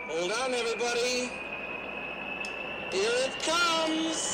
Hold on, everybody. Here it comes.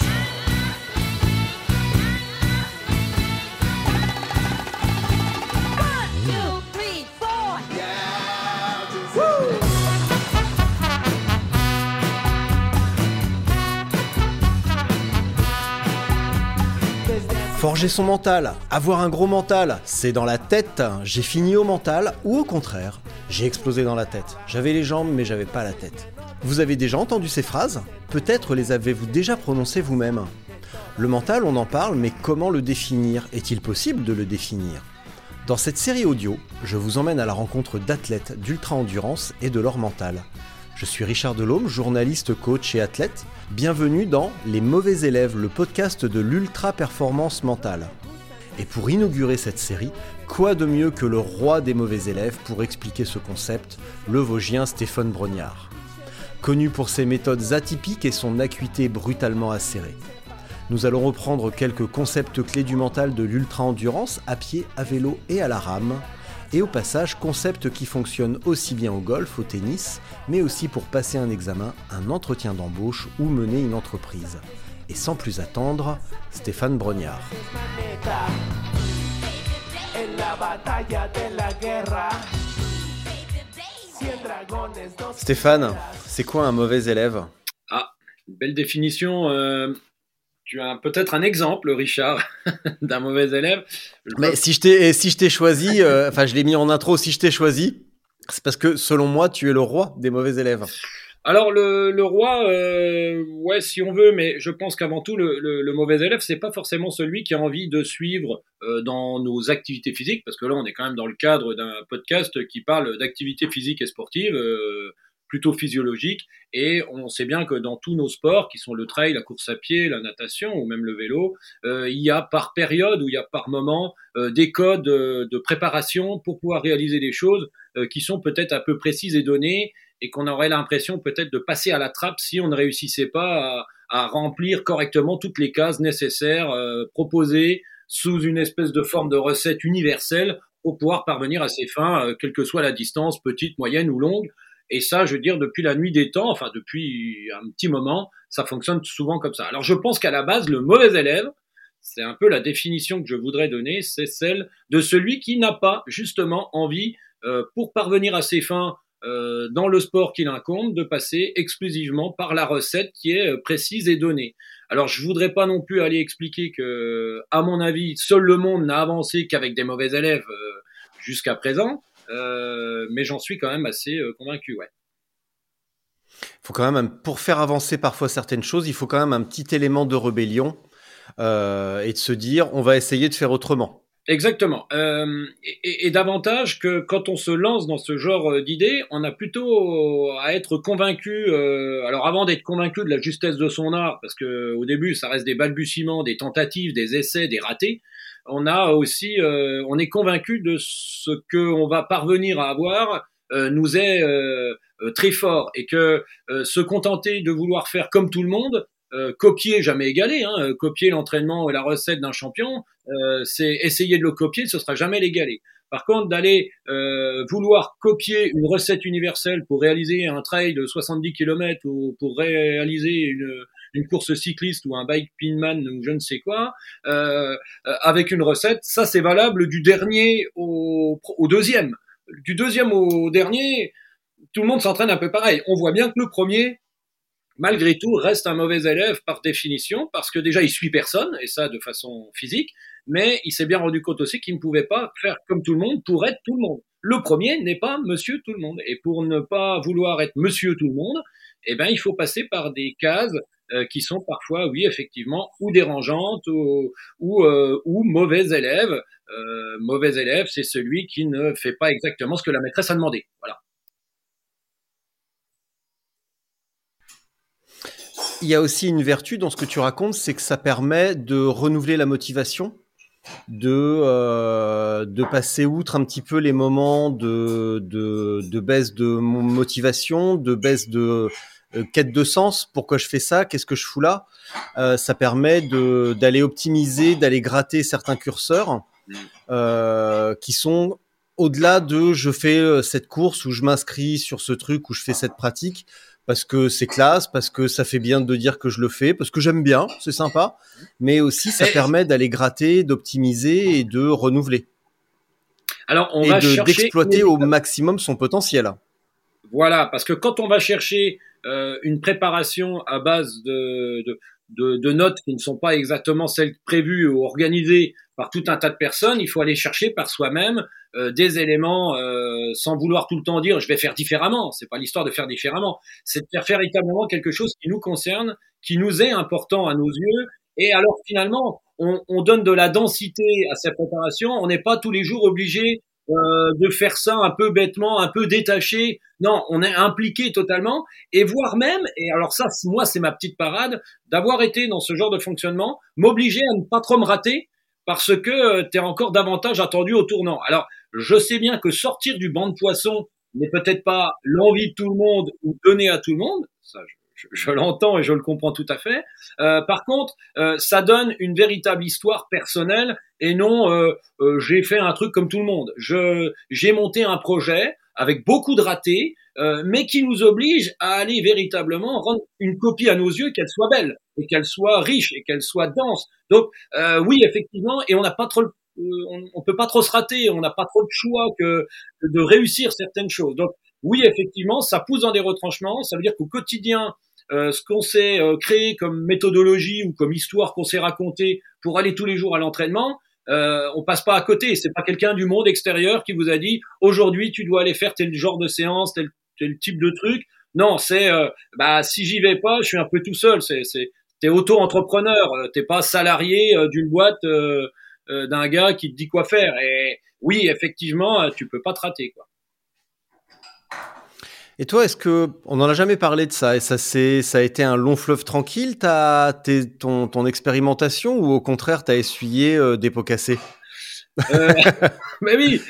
Forger son mental, avoir un gros mental, c'est dans la tête. J'ai fini au mental ou au contraire, j'ai explosé dans la tête. J'avais les jambes mais j'avais pas la tête. Vous avez déjà entendu ces phrases ? Peut-être les avez-vous déjà prononcées vous-même. Le mental, on en parle, mais comment le définir ? Est-il possible de le définir ? Dans cette série audio, je vous emmène à la rencontre d'athlètes d'ultra-endurance et de leur mental. Je suis Richard Delhomme, journaliste, coach et athlète. Bienvenue dans Les Mauvais Élèves, le podcast de l'ultra-performance mentale. Et pour inaugurer cette série, quoi de mieux que le roi des mauvais élèves pour expliquer ce concept, le Vosgien Stéphane Brognard. Connu pour ses méthodes atypiques et son acuité brutalement acérée. Nous allons reprendre quelques concepts clés du mental de l'ultra-endurance à pied, à vélo et à la rame. Et au passage, concept qui fonctionne aussi bien au golf, au tennis, mais aussi pour passer un examen, un entretien d'embauche ou mener une entreprise. Et sans plus attendre, Stéphane Brognard. Stéphane, c'est quoi un mauvais élève ? Ah, une belle définition. Tu as peut-être un exemple, Richard, d'un mauvais élève. Mais si je t'ai choisi, je l'ai mis en intro, si je t'ai choisi, c'est parce que selon moi, tu es le roi des mauvais élèves. Alors le roi, ouais, si on veut, mais je pense qu'avant tout, le mauvais élève, c'est pas forcément celui qui a envie de suivre dans nos activités physiques, parce que là, on est quand même dans le cadre d'un podcast qui parle d'activités physiques et sportives, plutôt physiologiques, et on sait bien que dans tous nos sports, qui sont le trail, la course à pied, la natation ou même le vélo, il y a par période ou il y a par moment des codes de préparation pour pouvoir réaliser des choses qui sont peut-être un peu précises et données, et qu'on aurait l'impression peut-être de passer à la trappe si on ne réussissait pas à remplir correctement toutes les cases nécessaires proposées sous une espèce de forme de recette universelle pour pouvoir parvenir à ses fins, quelle que soit la distance, petite, moyenne ou longue. Et ça, je veux dire, depuis la nuit des temps, enfin depuis un petit moment, ça fonctionne souvent comme ça. Alors je pense qu'à la base, le mauvais élève, c'est un peu la définition que je voudrais donner, c'est celle de celui qui n'a pas justement envie, pour parvenir à ses fins, dans le sport qu'il incombe, de passer exclusivement par la recette qui est précise et donnée. Alors je voudrais pas non plus aller expliquer que, à mon avis, seul le monde n'a avancé qu'avec des mauvais élèves jusqu'à présent, mais j'en suis quand même assez convaincu, ouais. Faut quand même, pour faire avancer parfois certaines choses, il faut quand même un petit élément de rébellion et de se dire, on va essayer de faire autrement. Exactement. Et davantage que quand on se lance dans ce genre d'idées, on a plutôt à être convaincu. Alors avant d'être convaincu de la justesse de son art, parce que au début ça reste des balbutiements, des tentatives, des essais, des ratés. On a aussi, on est convaincu de ce que on va parvenir à avoir nous est très fort, et que se contenter de vouloir faire comme tout le monde, copier jamais égalé, hein, copier l'entraînement et la recette d'un champion, c'est essayer de le copier, ce sera jamais l'égaler. Par contre, d'aller vouloir copier une recette universelle pour réaliser un trail de 70 km ou pour réaliser une course cycliste ou un bike pinman ou je ne sais quoi, avec une recette, ça c'est valable du dernier au deuxième. Du deuxième au dernier, tout le monde s'entraîne un peu pareil. On voit bien que le premier, malgré tout, reste un mauvais élève par définition, parce que déjà, il suit personne, et ça de façon physique, mais il s'est bien rendu compte aussi qu'il ne pouvait pas faire comme tout le monde pour être tout le monde. Le premier n'est pas monsieur tout le monde, et pour ne pas vouloir être monsieur tout le monde, eh ben, il faut passer par des cases qui sont parfois, oui, effectivement, ou dérangeantes, ou mauvais élèves. Mauvais élève, c'est celui qui ne fait pas exactement ce que la maîtresse a demandé. Voilà. Il y a aussi une vertu dans ce que tu racontes, c'est que ça permet de renouveler la motivation, de passer outre un petit peu les moments de baisse de motivation, de baisse de quête de sens. Pourquoi je fais ça ? Qu'est-ce que je fous là ? Ça permet d'aller optimiser, d'aller gratter certains curseurs qui sont au-delà de je fais cette course ou je m'inscris sur ce truc ou je fais cette pratique parce que c'est classe, parce que ça fait bien de dire que je le fais, parce que j'aime bien, c'est sympa, mais aussi ça permet d'aller gratter, d'optimiser et de renouveler. Alors, et d'exploiter au maximum son potentiel. Voilà, parce que quand on va chercher une préparation à base de notes qui ne sont pas exactement celles prévues ou organisées par tout un tas de personnes, il faut aller chercher par soi-même des éléments sans vouloir tout le temps dire je vais faire différemment. C'est pas l'histoire de faire différemment, c'est de faire véritablement quelque chose qui nous concerne, qui nous est important à nos yeux. Et alors finalement, on donne de la densité à cette préparation. On n'est pas tous les jours obligé de faire ça un peu bêtement, un peu détaché. Non, on est impliqué totalement, et voire même, et alors ça, moi, c'est ma petite parade, d'avoir été dans ce genre de fonctionnement, m'obliger à ne pas trop me rater, parce que tu es encore davantage attendu au tournant. Alors, je sais bien que sortir du banc de poisson n'est peut-être pas l'envie de tout le monde ou donné à tout le monde, ça je l'entends et je le comprends tout à fait. Par contre, ça donne une véritable histoire personnelle et non j'ai fait un truc comme tout le monde. J'ai monté un projet avec beaucoup de ratés, mais qui nous oblige à aller véritablement rendre une copie à nos yeux, qu'elle soit belle et qu'elle soit riche et qu'elle soit dense. Donc oui, effectivement, et on n'a pas trop on peut pas trop se rater, on n'a pas trop de choix que de réussir certaines choses. Donc oui, effectivement, ça pousse dans des retranchements. Ça veut dire qu'au quotidien, ce qu'on s'est créé comme méthodologie ou comme histoire qu'on s'est racontée pour aller tous les jours à l'entraînement, on passe pas à côté. C'est pas quelqu'un du monde extérieur qui vous a dit aujourd'hui tu dois aller faire tel genre de séance, tel type de truc. Non, c'est si j'y vais pas, je suis un peu tout seul. T'es auto-entrepreneur, t'es pas salarié d'une boîte d'un gars qui te dit quoi faire. Et oui, effectivement, tu peux pas te rater, quoi. Et toi, est-ce que on n'en a jamais parlé de ça et ça a été un long fleuve tranquille, ton expérimentation, ou au contraire t'as essuyé des pots cassés? Mais oui,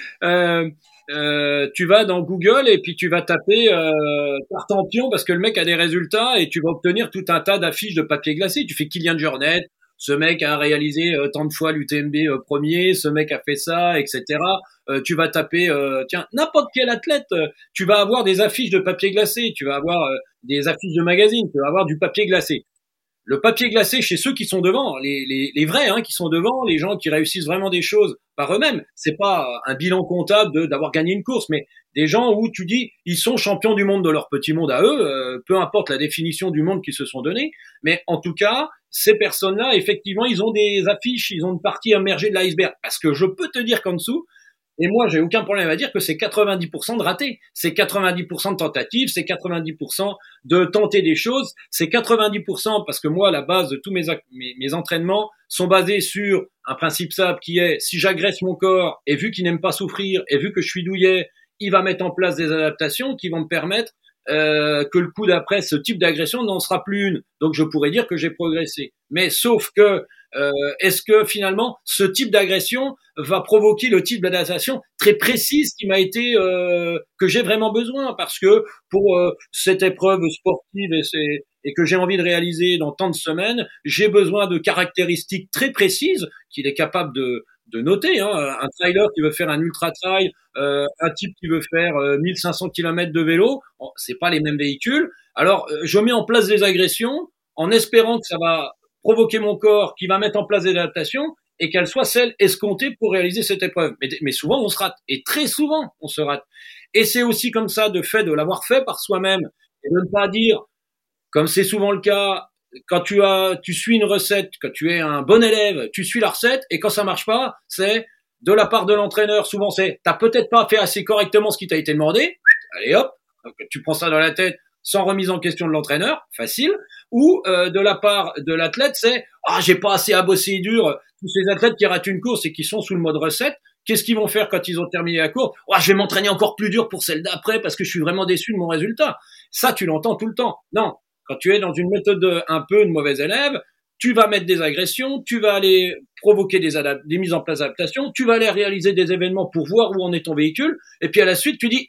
tu vas dans Google et puis tu vas taper Tartampion parce que le mec a des résultats et tu vas obtenir tout un tas d'affiches de papier glacé. Tu fais Kylian Jornet, ce mec a réalisé tant de fois l'UTMB premier, ce mec a fait ça, etc. Tu vas taper, tiens, n'importe quel athlète, tu vas avoir des affiches de papier glacé, tu vas avoir des affiches de magazines, tu vas avoir du papier glacé. Le papier glacé chez ceux qui sont devant, les vrais, hein, qui sont devant, les gens qui réussissent vraiment des choses par eux-mêmes. C'est pas un bilan comptable d'avoir gagné une course, mais des gens où tu dis ils sont champions du monde de leur petit monde à eux, peu importe la définition du monde qu'ils se sont donné, mais en tout cas ces personnes-là, effectivement, ils ont des affiches, ils ont une partie immergée de l'iceberg. Parce que je peux te dire qu'en dessous, et moi, j'ai aucun problème à dire que c'est 90% de ratés. C'est 90% de tentatives, c'est 90% de tenter des choses, c'est 90% parce que moi, la base de tous mes entraînements sont basés sur un principe simple qui est si j'agresse mon corps et vu qu'il n'aime pas souffrir et vu que je suis douillet, il va mettre en place des adaptations qui vont me permettre que le coup d'après, ce type d'agression n'en sera plus une. Donc je pourrais dire que j'ai progressé. Mais sauf que est-ce que finalement ce type d'agression va provoquer le type d'adaptation très précise qui m'a été que j'ai vraiment besoin, parce que pour cette épreuve sportive et que j'ai envie de réaliser dans tant de semaines, j'ai besoin de caractéristiques très précises qu'il est capable de noter, hein. Un trailer qui veut faire un ultra trail, un type qui veut faire 1500 km de vélo, c'est pas les mêmes véhicules. Alors je mets en place des agressions en espérant que ça va provoquer mon corps, qui va mettre en place des adaptations et qu'elles soient celles escomptées pour réaliser cette épreuve. Mais souvent on se rate, et très souvent on se rate. Et c'est aussi comme ça, de fait de l'avoir fait par soi-même et de ne pas dire, comme c'est souvent le cas, quand tu suis une recette, quand tu es un bon élève, tu suis la recette, et quand ça marche pas, c'est de la part de l'entraîneur, souvent t'as peut-être pas fait assez correctement ce qui t'a été demandé, allez hop, donc tu prends ça dans la tête sans remise en question de l'entraîneur, facile, ou de la part de l'athlète, c'est j'ai pas assez à bosser dur. Tous ces athlètes qui ratent une course et qui sont sous le mode recette, qu'est-ce qu'ils vont faire quand ils ont terminé la course? Je vais m'entraîner encore plus dur pour celle d'après parce que je suis vraiment déçu de mon résultat. Ça, tu l'entends tout le temps. Non. Quand tu es dans une méthode un peu de mauvais élève, tu vas mettre des agressions, tu vas aller provoquer des mises en place d'adaptation, tu vas aller réaliser des événements pour voir où en est ton véhicule, et puis à la suite, tu dis,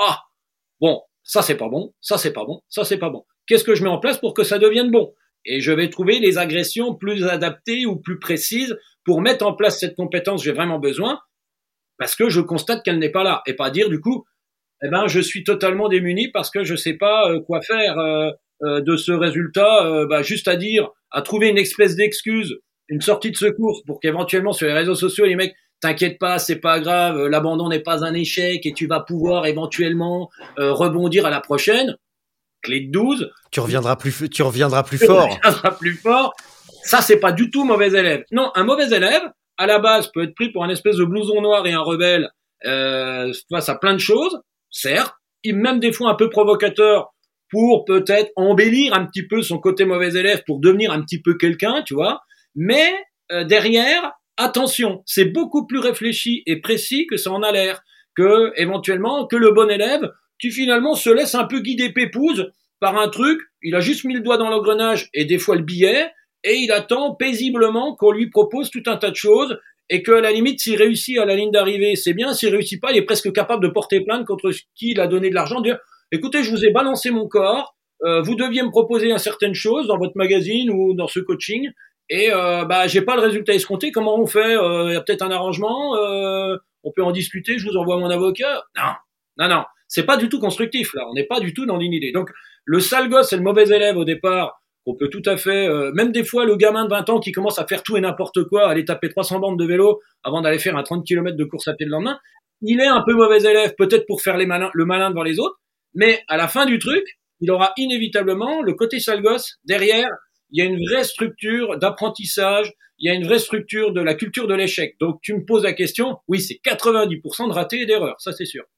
bon, ça c'est pas bon, ça c'est pas bon, ça c'est pas bon. Qu'est-ce que je mets en place pour que ça devienne bon? Et je vais trouver les agressions plus adaptées ou plus précises pour mettre en place cette compétence que j'ai vraiment besoin. parce que je constate qu'elle n'est pas là, et pas dire du coup, eh ben, je suis totalement démuni parce que je sais pas quoi faire de ce résultat, juste à trouver une espèce d'excuse, une sortie de secours pour qu'éventuellement sur les réseaux sociaux, les mecs, t'inquiète pas, c'est pas grave, l'abandon n'est pas un échec et tu vas pouvoir éventuellement rebondir à la prochaine. Clé de 12. Tu reviendras plus fort. Tu reviendras plus fort. Ça, c'est pas du tout mauvais élève. Non, un mauvais élève, à la base, peut être pris pour un espèce de blouson noir et un rebelle face à plein de choses, certes, même des fois un peu provocateur pour peut-être embellir un petit peu son côté mauvais élève pour devenir un petit peu quelqu'un, tu vois. Mais derrière, attention, c'est beaucoup plus réfléchi et précis que ça en a l'air. Que éventuellement, que le bon élève, qui finalement se laisse un peu guider pépouze par un truc, il a juste mis le doigt dans l'engrenage et des fois le billet, et il attend paisiblement qu'on lui propose tout un tas de choses, et qu'à la limite, s'il réussit à la ligne d'arrivée, c'est bien, s'il réussit pas, il est presque capable de porter plainte contre qui il a donné de l'argent, de dire, écoutez, je vous ai balancé mon corps, vous deviez me proposer certaines choses dans votre magazine ou dans ce coaching, et j'ai pas le résultat escompté, comment on fait, y a peut-être un arrangement, on peut en discuter, je vous envoie mon avocat. Non, c'est pas du tout constructif, là, on n'est pas du tout dans l'idée. Donc, le sale gosse et le mauvais élève au départ, qu'on peut tout à fait, même des fois le gamin de 20 ans qui commence à faire tout et n'importe quoi, aller taper 300 bandes de vélo avant d'aller faire un 30 km de course à pied le lendemain, il est un peu mauvais élève, peut-être pour faire le malin devant les autres, mais à la fin du truc, il aura inévitablement le côté sale gosse. Derrière, il y a une vraie structure d'apprentissage, il y a une vraie structure de la culture de l'échec. Donc tu me poses la question, oui, c'est 90% de ratés et d'erreurs, ça c'est sûr.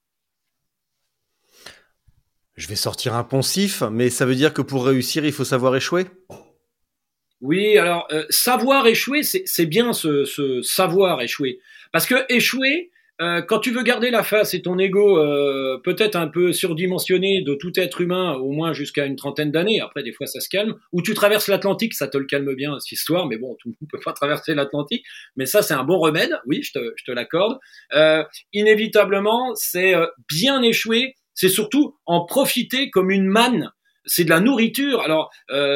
Je vais sortir un poncif, mais ça veut dire que pour réussir, il faut savoir échouer? Oui, alors savoir échouer, c'est bien ce savoir échouer. Parce que échouer, quand tu veux garder la face et ton ego peut-être un peu surdimensionné de tout être humain, au moins jusqu'à une trentaine d'années, après des fois ça se calme, ou tu traverses l'Atlantique, ça te le calme bien cette histoire, mais bon, tout le monde ne peut pas traverser l'Atlantique, mais ça c'est un bon remède, oui, je te l'accorde. Inévitablement, c'est bien échouer, c'est surtout en profiter comme une manne. C'est de la nourriture. Alors,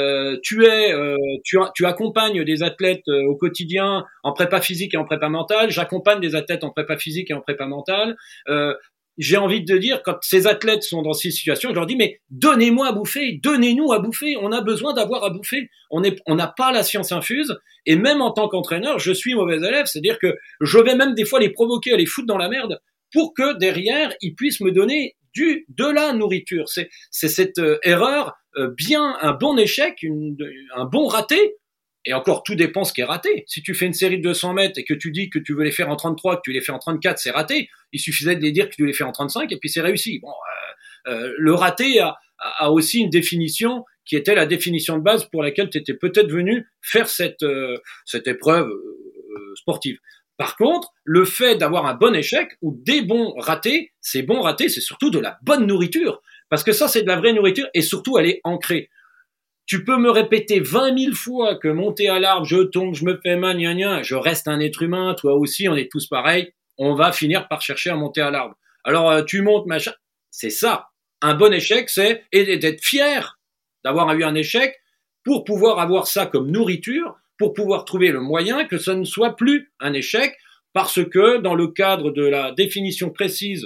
tu accompagnes des athlètes au quotidien en prépa physique et en prépa mentale. J'accompagne des athlètes en prépa physique et en prépa mentale. J'ai envie de dire, quand ces athlètes sont dans ces situations, je leur dis, mais donnez-moi à bouffer, donnez-nous à bouffer. On a besoin d'avoir à bouffer. On n'a pas la science infuse. Et même en tant qu'entraîneur, je suis mauvais élève. C'est-à-dire que je vais même des fois les provoquer à les foutre dans la merde pour que derrière, ils puissent me donner de la nourriture. C'est cette erreur, bien un bon échec, un bon raté, et encore tout dépend ce qui est raté. Si tu fais une série de 200 mètres et que tu dis que tu veux les faire en 33, que tu les fais en 34, c'est raté. Il suffisait de les dire que tu les fais en 35 et puis c'est réussi. Bon, le raté a aussi une définition qui était la définition de base pour laquelle tu étais peut-être venu faire cette épreuve sportive. Par contre, le fait d'avoir un bon échec ou des bons ratés, ces bons ratés, c'est surtout de la bonne nourriture. Parce que ça, c'est de la vraie nourriture et surtout, elle est ancrée. Tu peux me répéter 20 000 fois que monter à l'arbre, je tombe, je me fais mal, gna gna, je reste un être humain, toi aussi, on est tous pareils, on va finir par chercher à monter à l'arbre. Alors, tu montes, machin, c'est ça. Un bon échec, c'est d'être fier d'avoir eu un échec pour pouvoir avoir ça comme nourriture, pour pouvoir trouver le moyen que ça ne soit plus un échec, parce que dans le cadre de la définition précise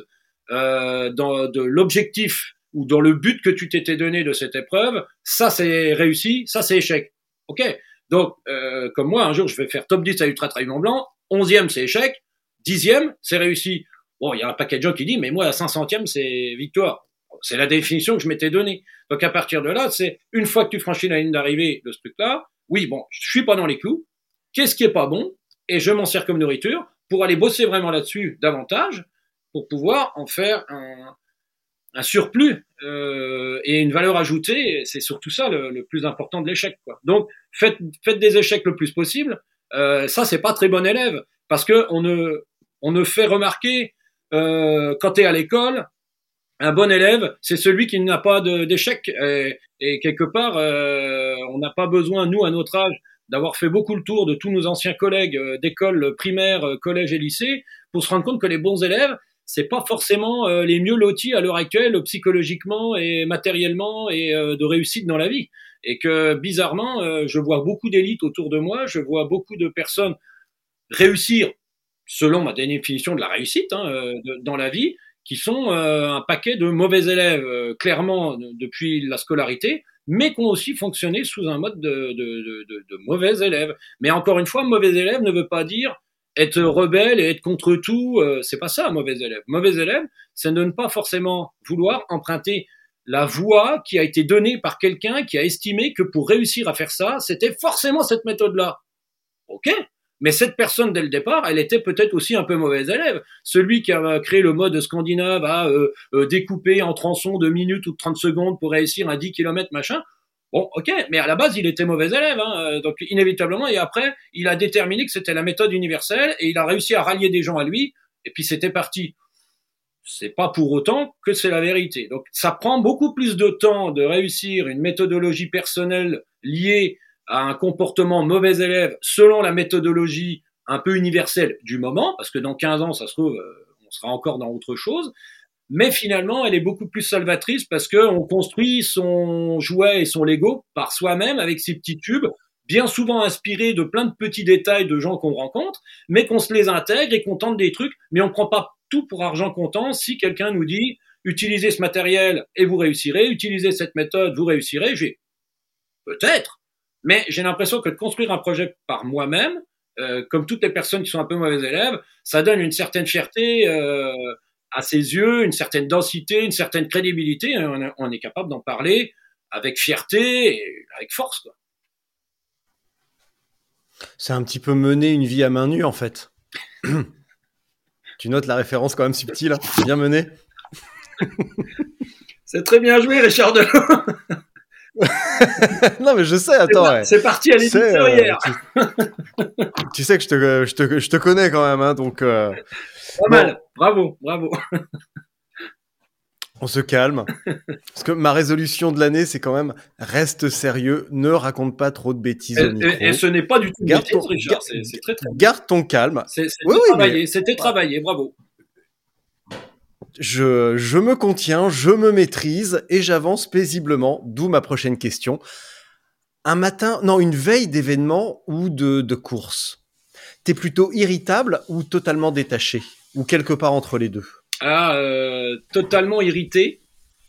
de l'objectif ou dans le but que tu t'étais donné de cette épreuve, ça c'est réussi, ça c'est échec. Ok. Donc, comme moi, un jour, je vais faire top 10 à Ultra Trail Mont Blanc, 11e c'est échec, 10e c'est réussi. Bon, il y a un paquet de gens qui disent, mais moi, la 500e c'est victoire. C'est la définition que je m'étais donnée. Donc, à partir de là, c'est une fois que tu franchis la ligne d'arrivée de ce truc-là, oui, bon, je suis pas dans les clous. Qu'est-ce qui est pas bon? Et je m'en sers comme nourriture pour aller bosser vraiment là-dessus davantage, pour pouvoir en faire un surplus et une valeur ajoutée. C'est surtout ça le plus important de l'échec, quoi. Donc, faites des échecs le plus possible. Ça, c'est pas très bon élève, parce que on ne fait remarquer quand tu es à l'école. Un bon élève, c'est celui qui n'a pas d'échec. Et quelque part, on n'a pas besoin, nous, à notre âge, d'avoir fait beaucoup le tour de tous nos anciens collègues d'école primaire, collège et lycée, pour se rendre compte que les bons élèves, c'est pas forcément les mieux lotis à l'heure actuelle, psychologiquement et matériellement et de réussite dans la vie. Et que, bizarrement, je vois beaucoup d'élites autour de moi, je vois beaucoup de personnes réussir selon ma définition de la réussite dans la vie, qui sont un paquet de mauvais élèves, clairement depuis la scolarité, mais qui ont aussi fonctionné sous un mode de mauvais élèves. Mais encore une fois, mauvais élève ne veut pas dire être rebelle et être contre tout. C'est pas ça, mauvais élève. Mauvais élève, c'est de ne pas forcément vouloir emprunter la voie qui a été donnée par quelqu'un qui a estimé que pour réussir à faire ça, c'était forcément cette méthode-là. Ok, mais cette personne, dès le départ, elle était peut-être aussi un peu mauvais élève. Celui qui a créé le mode scandinave à découper en tronçons de minutes ou de 30 secondes pour réussir un 10 km, machin. Bon, ok, mais à la base, il était mauvais élève. Donc, inévitablement, et après, il a déterminé que c'était la méthode universelle et il a réussi à rallier des gens à lui, et puis c'était parti. C'est pas pour autant que c'est la vérité. Donc, ça prend beaucoup plus de temps de réussir une méthodologie personnelle liée à un comportement mauvais élève selon la méthodologie un peu universelle du moment, parce que dans 15 ans, ça se trouve, on sera encore dans autre chose. Mais finalement, elle est beaucoup plus salvatrice parce que on construit son jouet et son Lego par soi-même avec ses petits tubes, bien souvent inspirés de plein de petits détails de gens qu'on rencontre, mais qu'on se les intègre et qu'on tente des trucs, mais on prend pas tout pour argent comptant. Si quelqu'un nous dit utilisez ce matériel et vous réussirez, utilisez cette méthode, vous réussirez, peut-être, mais j'ai l'impression que de construire un projet par moi-même, comme toutes les personnes qui sont un peu mauvais élèves, ça donne une certaine fierté à ses yeux, une certaine densité, une certaine crédibilité. On est capable d'en parler avec fierté et avec force, quoi. C'est un petit peu mener une vie à main nue, en fait. Tu notes la référence quand même subtile, hein. Bien mené. C'est très bien joué, Richard Delhomme. Non, mais je sais, attends. Ouais. C'est parti à l'éditeur hier. Tu sais que je te connais quand même, hein, donc... Pas mal, bravo. On se calme. Parce que ma résolution de l'année, c'est quand même reste sérieux, ne raconte pas trop de bêtises au micro. Et ce n'est pas du tout de bêtises, Richard. C'est très très bien. Garde ton calme. C'était travaillé, bravo. Je me contiens, je me maîtrise et j'avance paisiblement, d'où ma prochaine question. Une veille d'événement ou de course, t'es plutôt irritable ou totalement détaché? Ou quelque part entre les deux? Totalement irrité.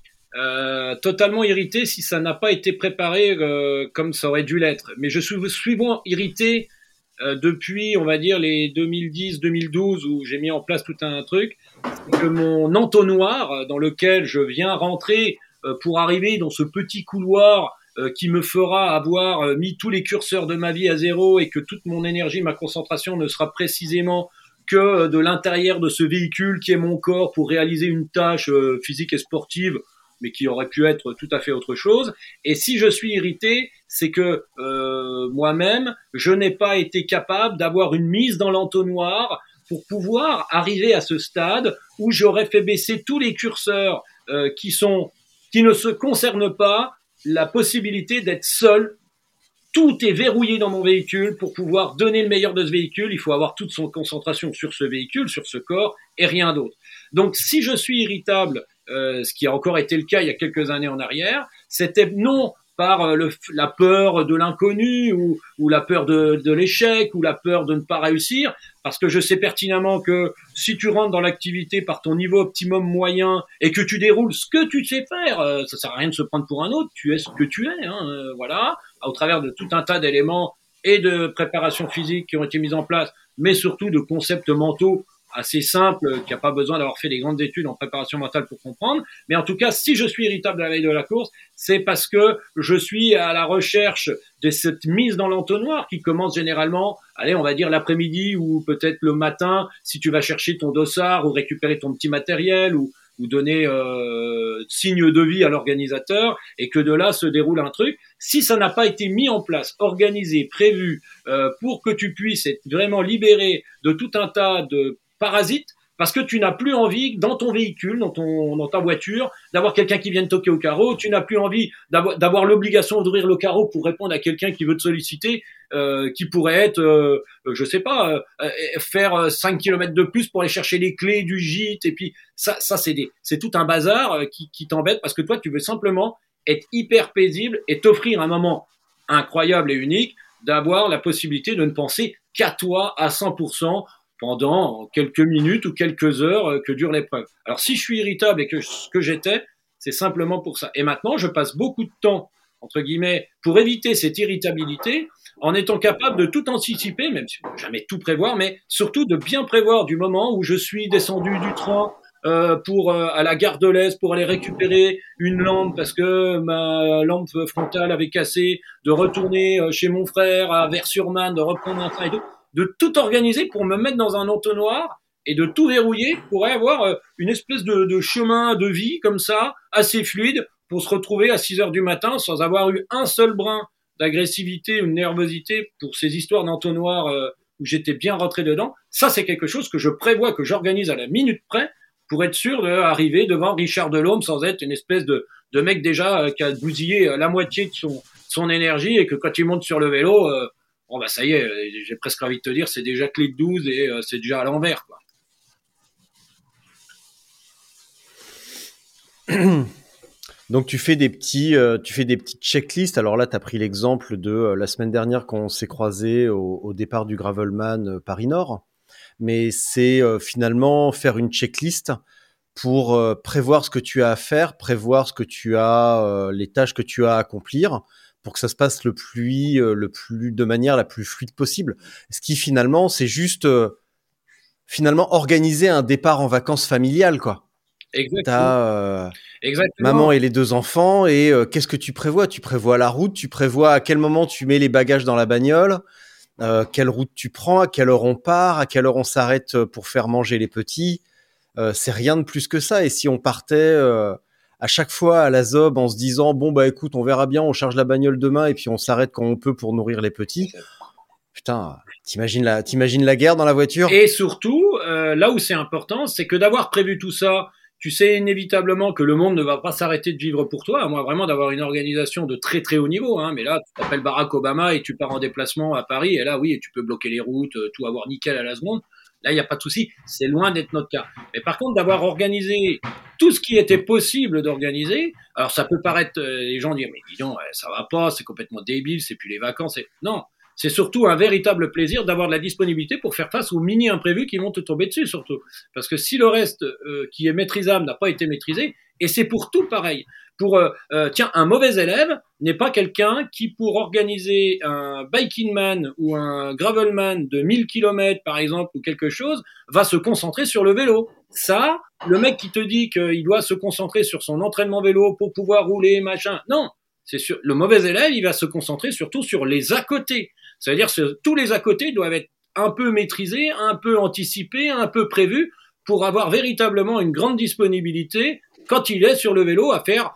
Totalement irrité si ça n'a pas été préparé comme ça aurait dû l'être. Mais je suis souvent irrité depuis, on va dire, les 2010-2012 où j'ai mis en place tout un truc, c'est que mon entonnoir dans lequel je viens rentrer pour arriver dans ce petit couloir qui me fera avoir mis tous les curseurs de ma vie à zéro et que toute mon énergie, ma concentration ne sera précisément que de l'intérieur de ce véhicule qui est mon corps pour réaliser une tâche physique et sportive, mais qui aurait pu être tout à fait autre chose. Et si je suis irrité, c'est que moi-même, je n'ai pas été capable d'avoir une mise dans l'entonnoir pour pouvoir arriver à ce stade où j'aurais fait baisser tous les curseurs qui ne se concernent pas la possibilité d'être seul. Tout est verrouillé dans mon véhicule pour pouvoir donner le meilleur de ce véhicule. Il faut avoir toute son concentration sur ce véhicule, sur ce corps et rien d'autre. Donc, si je suis irritable, ce qui a encore été le cas il y a quelques années en arrière, c'était non par la peur de l'inconnu ou la peur de l'échec ou la peur de ne pas réussir, parce que je sais pertinemment que si tu rentres dans l'activité par ton niveau optimum moyen et que tu déroules ce que tu sais faire, ça sert à rien de se prendre pour un autre, tu es ce que tu es, voilà, au travers de tout un tas d'éléments et de préparation physique qui ont été mis en place, mais surtout de concepts mentaux assez simple, qui n'a pas besoin d'avoir fait des grandes études en préparation mentale pour comprendre. Mais en tout cas, si je suis irritable à la veille de la course, c'est parce que je suis à la recherche de cette mise dans l'entonnoir qui commence généralement, allez, on va dire l'après-midi ou peut-être le matin, si tu vas chercher ton dossard ou récupérer ton petit matériel ou donner signe de vie à l'organisateur, et que de là se déroule un truc. Si ça n'a pas été mis en place, organisé, prévu, pour que tu puisses être vraiment libéré de tout un tas de parasite, parce que tu n'as plus envie dans ton véhicule, dans ta voiture, d'avoir quelqu'un qui vienne toquer au carreau, tu n'as plus envie d'avoir l'obligation d'ouvrir le carreau pour répondre à quelqu'un qui veut te solliciter, qui pourrait être, je sais pas, faire 5 kilomètres de plus pour aller chercher les clés du gîte, et puis ça c'est tout un bazar qui t'embête, parce que toi tu veux simplement être hyper paisible et t'offrir un moment incroyable et unique, d'avoir la possibilité de ne penser qu'à toi à 100%, pendant quelques minutes ou quelques heures que dure l'épreuve. Alors si je suis irritable et que ce que j'étais, c'est simplement pour ça. Et maintenant, je passe beaucoup de temps, entre guillemets, pour éviter cette irritabilité, en étant capable de tout anticiper, même si on ne peut jamais tout prévoir, mais surtout de bien prévoir du moment où je suis descendu du train pour à la gare de l'Est pour aller récupérer une lampe parce que ma lampe frontale avait cassé, de retourner chez mon frère à Vers-sur-Marne, de reprendre un train et tout, de tout organiser pour me mettre dans un entonnoir et de tout verrouiller pour avoir une espèce de chemin de vie comme ça, assez fluide, pour se retrouver à 6 heures du matin sans avoir eu un seul brin d'agressivité ou de nervosité pour ces histoires d'entonnoir où j'étais bien rentré dedans. Ça, c'est quelque chose que je prévois, que j'organise à la minute près pour être sûr d'arriver devant Richard Delhomme sans être une espèce de mec déjà qui a bousillé la moitié de son énergie et que quand il monte sur le vélo, bon bah ça y est, j'ai presque envie de te dire, c'est déjà clé de 12 et c'est déjà à l'envers, quoi. Donc tu fais des petites checklists. Alors là, tu as pris l'exemple de la semaine dernière quand on s'est croisés au départ du Gravelman Paris-Nord. Mais c'est finalement faire une checklist pour prévoir ce que tu as à faire, prévoir ce que tu as, les tâches que tu as à accomplir, pour que ça se passe le plus de manière la plus fluide possible. Ce qui finalement, c'est juste finalement organiser un départ en vacances familiales, quoi. T'as maman et les 2 enfants et qu'est-ce que tu prévois ? Tu prévois la route, tu prévois à quel moment tu mets les bagages dans la bagnole, quelle route tu prends, à quelle heure on part, à quelle heure on s'arrête pour faire manger les petits. C'est rien de plus que ça. Et si on partait à chaque fois à la zob en se disant bon bah écoute, on verra bien, on charge la bagnole demain et puis on s'arrête quand on peut pour nourrir les petits. Putain, t'imagines la guerre dans la voiture ? Et surtout, là où c'est important, c'est que d'avoir prévu tout ça, tu sais inévitablement que le monde ne va pas s'arrêter de vivre pour toi, à moins vraiment d'avoir une organisation de très très haut niveau. Hein. Mais là, tu t'appelles Barack Obama et tu pars en déplacement à Paris, et là, oui, tu peux bloquer les routes, tout avoir nickel à la seconde. Là, il n'y a pas de souci. C'est loin d'être notre cas. Mais par contre, d'avoir organisé tout ce qui était possible d'organiser, alors ça peut paraître, les gens disent, mais dis donc, ça va pas, c'est complètement débile, c'est plus les vacances. Non. C'est surtout un véritable plaisir d'avoir de la disponibilité pour faire face aux mini imprévus qui vont te tomber dessus, surtout. Parce que si le reste qui est maîtrisable n'a pas été maîtrisé, et c'est pour tout pareil. Pour tiens, un mauvais élève n'est pas quelqu'un qui, pour organiser un biking man ou un gravelman de 1000 km par exemple ou quelque chose, va se concentrer sur le vélo. Ça, le mec qui te dit qu'il doit se concentrer sur son entraînement vélo pour pouvoir rouler, machin, non. C'est sûr, le mauvais élève, il va se concentrer surtout sur les à côté. C'est-à-dire que tous les à côté doivent être un peu maîtrisés, un peu anticipés, un peu prévus pour avoir véritablement une grande disponibilité quand il est sur le vélo à faire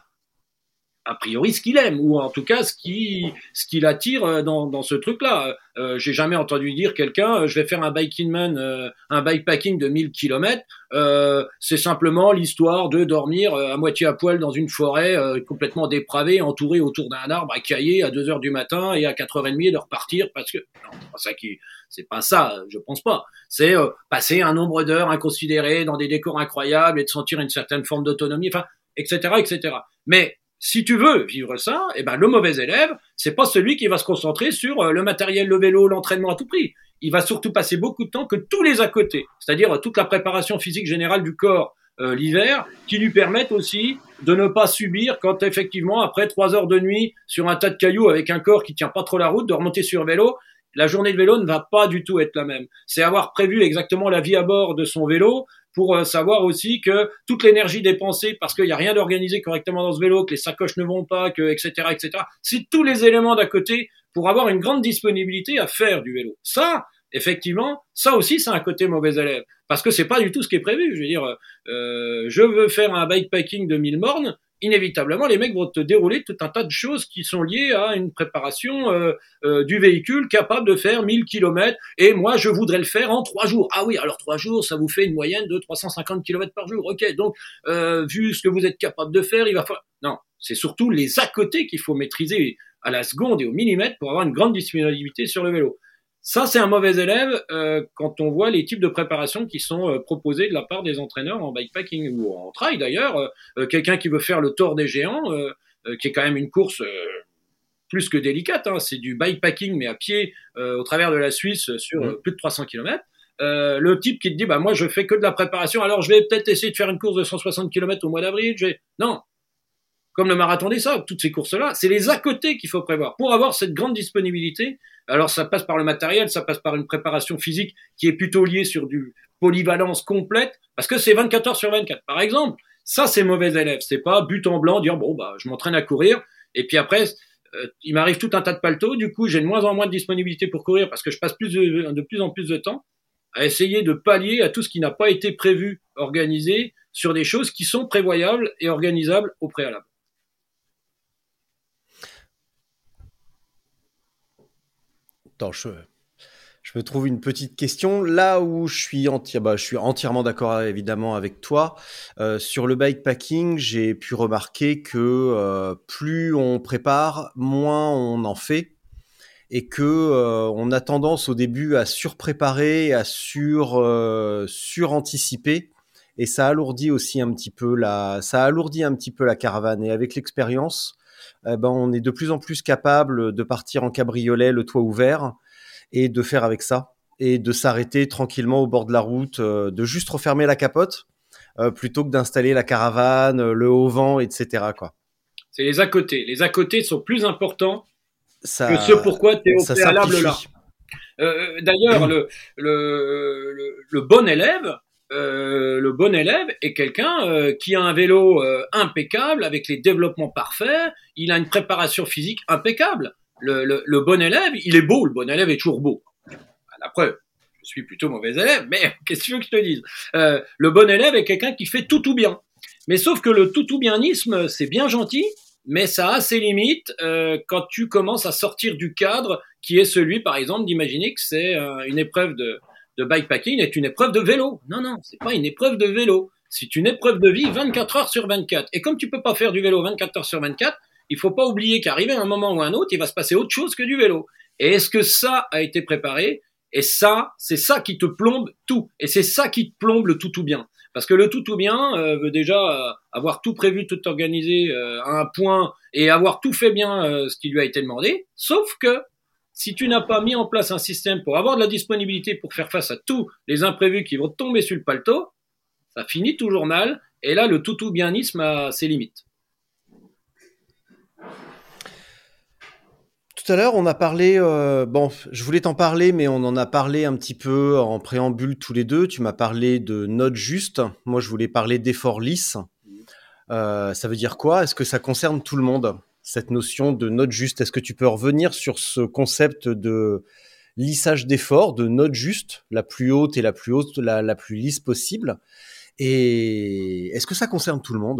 a priori ce qu'il aime, ou en tout cas ce qui l'attire dans ce truc-là. J'ai jamais entendu dire quelqu'un, je vais faire un biking man, un bikepacking de 1000 km, c'est simplement l'histoire de dormir à moitié à poil dans une forêt complètement dépravée, entouré autour d'un arbre à cailler à 2 heures du matin et à 4h30 de repartir parce que non, c'est pas ça, je pense pas. C'est passer un nombre d'heures inconsidéré dans des décors incroyables et de sentir une certaine forme d'autonomie, enfin, etc., etc. Mais si tu veux vivre ça, eh ben le mauvais élève, c'est pas celui qui va se concentrer sur le matériel, le vélo, l'entraînement à tout prix. Il va surtout passer beaucoup de temps que tous les à côté, c'est-à-dire toute la préparation physique générale du corps l'hiver, qui lui permettent aussi de ne pas subir quand effectivement après 3 heures de nuit sur un tas de cailloux avec un corps qui tient pas trop la route, de remonter sur vélo. La journée de vélo ne va pas du tout être la même. C'est avoir prévu exactement la vie à bord de son vélo pour savoir aussi que toute l'énergie dépensée parce qu'il n'y a rien d'organisé correctement dans ce vélo, que les sacoches ne vont pas, que etc. etc. C'est tous les éléments d'à côté pour avoir une grande disponibilité à faire du vélo. Ça, effectivement, ça aussi c'est un côté mauvais élève parce que c'est pas du tout ce qui est prévu. Je veux dire, je veux faire un bikepacking de 1000 bornes. Inévitablement, les mecs vont te dérouler tout un tas de choses qui sont liées à une préparation du véhicule capable de faire 1000 km. Et moi, je voudrais le faire en 3 jours. Ah oui, alors 3 jours, ça vous fait une moyenne de 350 km par jour. Ok, donc, vu ce que vous êtes capable de faire, il va falloir... Non, c'est surtout les à côté qu'il faut maîtriser à la seconde et au millimètre pour avoir une grande disponibilité sur le vélo. Ça, c'est un mauvais élève quand on voit les types de préparations qui sont proposés de la part des entraîneurs en bikepacking ou en trail d'ailleurs. Quelqu'un qui veut faire le Tour des Géants, qui est quand même une course plus que délicate. Hein. C'est du bikepacking mais à pied au travers de la Suisse sur plus de 300 km. le type qui te dit, bah moi je fais que de la préparation, alors je vais peut-être essayer de faire une course de 160 km au mois d'avril. Non, comme le marathon des sables, toutes ces courses-là, c'est les à côté qu'il faut prévoir pour avoir cette grande disponibilité. Alors ça passe par le matériel, ça passe par une préparation physique qui est plutôt liée sur du polyvalence complète, parce que c'est 24 heures sur 24. Par exemple, ça c'est mauvais élève, c'est pas but en blanc, dire bon bah je m'entraîne à courir, et puis après il m'arrive tout un tas de paltos, du coup j'ai de moins en moins de disponibilité pour courir parce que je passe de plus en plus de temps à essayer de pallier à tout ce qui n'a pas été prévu, organisé, sur des choses qui sont prévoyables et organisables au préalable. Attends, je me trouve une petite question. Là où je suis entièrement d'accord évidemment avec toi, sur le bikepacking, j'ai pu remarquer que plus on prépare, moins on en fait. Et que on a tendance au début à surpréparer, à suranticiper, et ça alourdit un petit peu la caravane. Et avec l'expérience, on est de plus en plus capable de partir en cabriolet, le toit ouvert, et de faire avec ça, et de s'arrêter tranquillement au bord de la route, de juste refermer la capote, plutôt que d'installer la caravane, le haut vent, etc., quoi. C'est les à côté. Les à côté sont plus importants que ce pourquoi tu es au préalable là. D'ailleurs, le bon élève, est quelqu'un qui a un vélo impeccable, avec les développements parfaits, il a une préparation physique impeccable. Le bon élève, il est beau, le bon élève est toujours beau. La preuve, je suis plutôt mauvais élève, mais qu'est-ce que tu veux que je te dise ? Le bon élève est quelqu'un qui fait tout bien. Mais sauf que le tout bianisme, c'est bien gentil, mais ça a ses limites quand tu commences à sortir du cadre qui est celui, par exemple, d'imaginer que c'est une épreuve de bikepacking est une épreuve de vélo. Non, c'est pas une épreuve de vélo. C'est une épreuve de vie 24 heures sur 24. Et comme tu peux pas faire du vélo 24 heures sur 24, il faut pas oublier qu'arrivé à un moment ou à un autre, il va se passer autre chose que du vélo. Et est-ce que ça a été préparé ? Et ça, c'est ça qui te plombe tout. Et c'est ça qui te plombe le tout bien. Parce que le tout bien veut déjà avoir tout prévu, tout organisé à un point et avoir tout fait bien ce qui lui a été demandé. Sauf que si tu n'as pas mis en place un système pour avoir de la disponibilité pour faire face à tous les imprévus qui vont tomber sur le paletot, ça finit toujours mal. Et là, le tout bianisme a ses limites. Tout à l'heure, on a parlé, je voulais t'en parler, mais on en a parlé un petit peu en préambule tous les deux. Tu m'as parlé de notes justes. Moi, je voulais parler d'efforts lisses. Ça veut dire quoi ? Est-ce que ça concerne tout le monde, cette notion de note juste ? Est-ce que tu peux revenir sur ce concept de lissage d'efforts, de note juste, la plus haute et la plus lisse possible ? Et est-ce que ça concerne tout le monde ?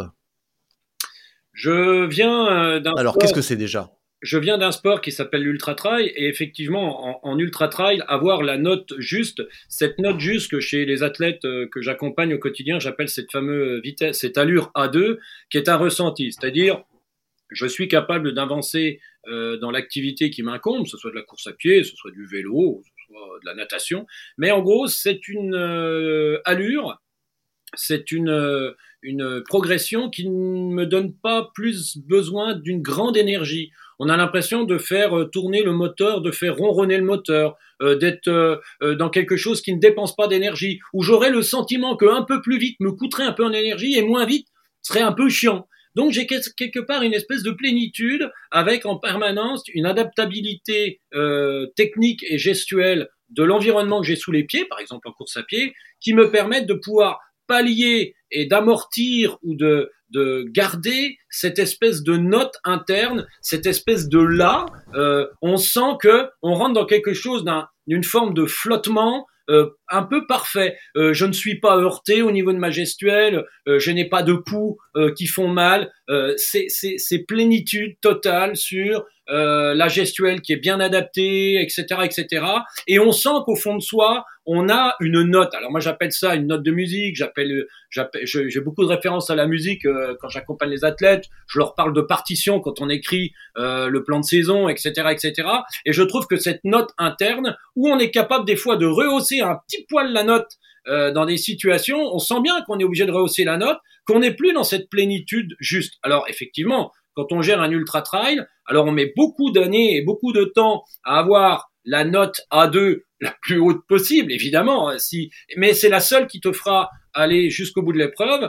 Je viens Alors, qu'est-ce que c'est déjà ? Je viens d'un sport qui s'appelle l'ultra-trail, et effectivement, en ultra-trail, avoir la note juste, cette note juste que chez les athlètes que j'accompagne au quotidien, j'appelle cette fameuse vitesse, cette allure A2, qui est un ressenti. C'est-à-dire, je suis capable d'avancer dans l'activité qui m'incombe, que ce soit de la course à pied, que ce soit du vélo, que ce soit de la natation. Mais en gros, c'est une allure, c'est une progression qui ne me donne pas plus besoin d'une grande énergie. On a l'impression de faire tourner le moteur, de faire ronronner le moteur, d'être dans quelque chose qui ne dépense pas d'énergie, où j'aurais le sentiment qu'un peu plus vite me coûterait un peu en énergie et moins vite serait un peu chiant. Donc j'ai quelque part une espèce de plénitude avec en permanence une adaptabilité technique et gestuelle de l'environnement que j'ai sous les pieds, par exemple en course à pied, qui me permettent de pouvoir pallier et d'amortir ou de garder cette espèce de note interne, cette espèce de là. On sent que on rentre dans quelque chose d'une forme de flottement un peu parfait. Je ne suis pas heurté au niveau de ma gestuelle, je n'ai pas de coups qui font mal. C'est plénitude totale sur la gestuelle qui est bien adaptée, etc., etc. Et on sent qu'au fond de soi, on a une note. Alors moi, j'appelle ça une note de musique. J'ai beaucoup de références à la musique quand j'accompagne les athlètes. Je leur parle de partition quand on écrit le plan de saison, etc., etc. Et je trouve que cette note interne, où on est capable des fois de rehausser un petit poil la note dans des situations, on sent bien qu'on est obligé de rehausser la note, qu'on n'est plus dans cette plénitude juste. Alors effectivement, quand on gère un ultra trail, alors on met beaucoup d'années et beaucoup de temps à avoir la note A2 la plus haute possible, évidemment. Mais c'est la seule qui te fera aller jusqu'au bout de l'épreuve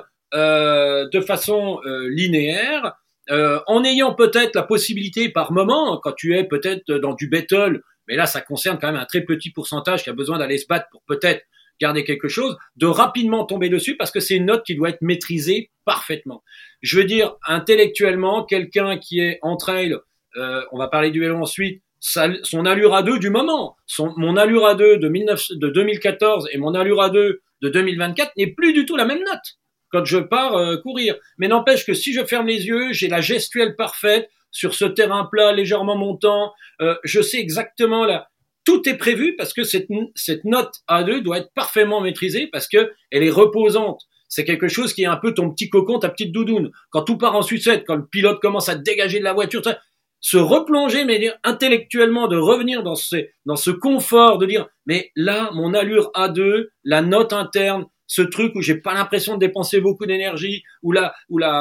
de façon linéaire, en ayant peut-être la possibilité par moment, quand tu es peut-être dans du battle, mais là ça concerne quand même un très petit pourcentage qui a besoin d'aller se battre pour peut-être garder quelque chose, de rapidement tomber dessus parce que c'est une note qui doit être maîtrisée parfaitement. Je veux dire, intellectuellement, quelqu'un qui est en trail, on va parler du vélo ensuite, son allure A2 du moment, mon allure A2 de 2014 et mon allure A2 de 2024 n'est plus du tout la même note quand je pars courir. Mais n'empêche que si je ferme les yeux, j'ai la gestuelle parfaite sur ce terrain plat légèrement montant, je sais exactement là. Tout est prévu parce que cette note A2 doit être parfaitement maîtrisée parce que elle est reposante. C'est quelque chose qui est un peu ton petit cocon, ta petite doudoune. Quand tout part en sucette, quand le pilote commence à dégager de la voiture, se replonger, mais dire intellectuellement, de revenir dans ce confort, de dire, mais là, mon allure A2, la note interne, ce truc où j'ai pas l'impression de dépenser beaucoup d'énergie, où la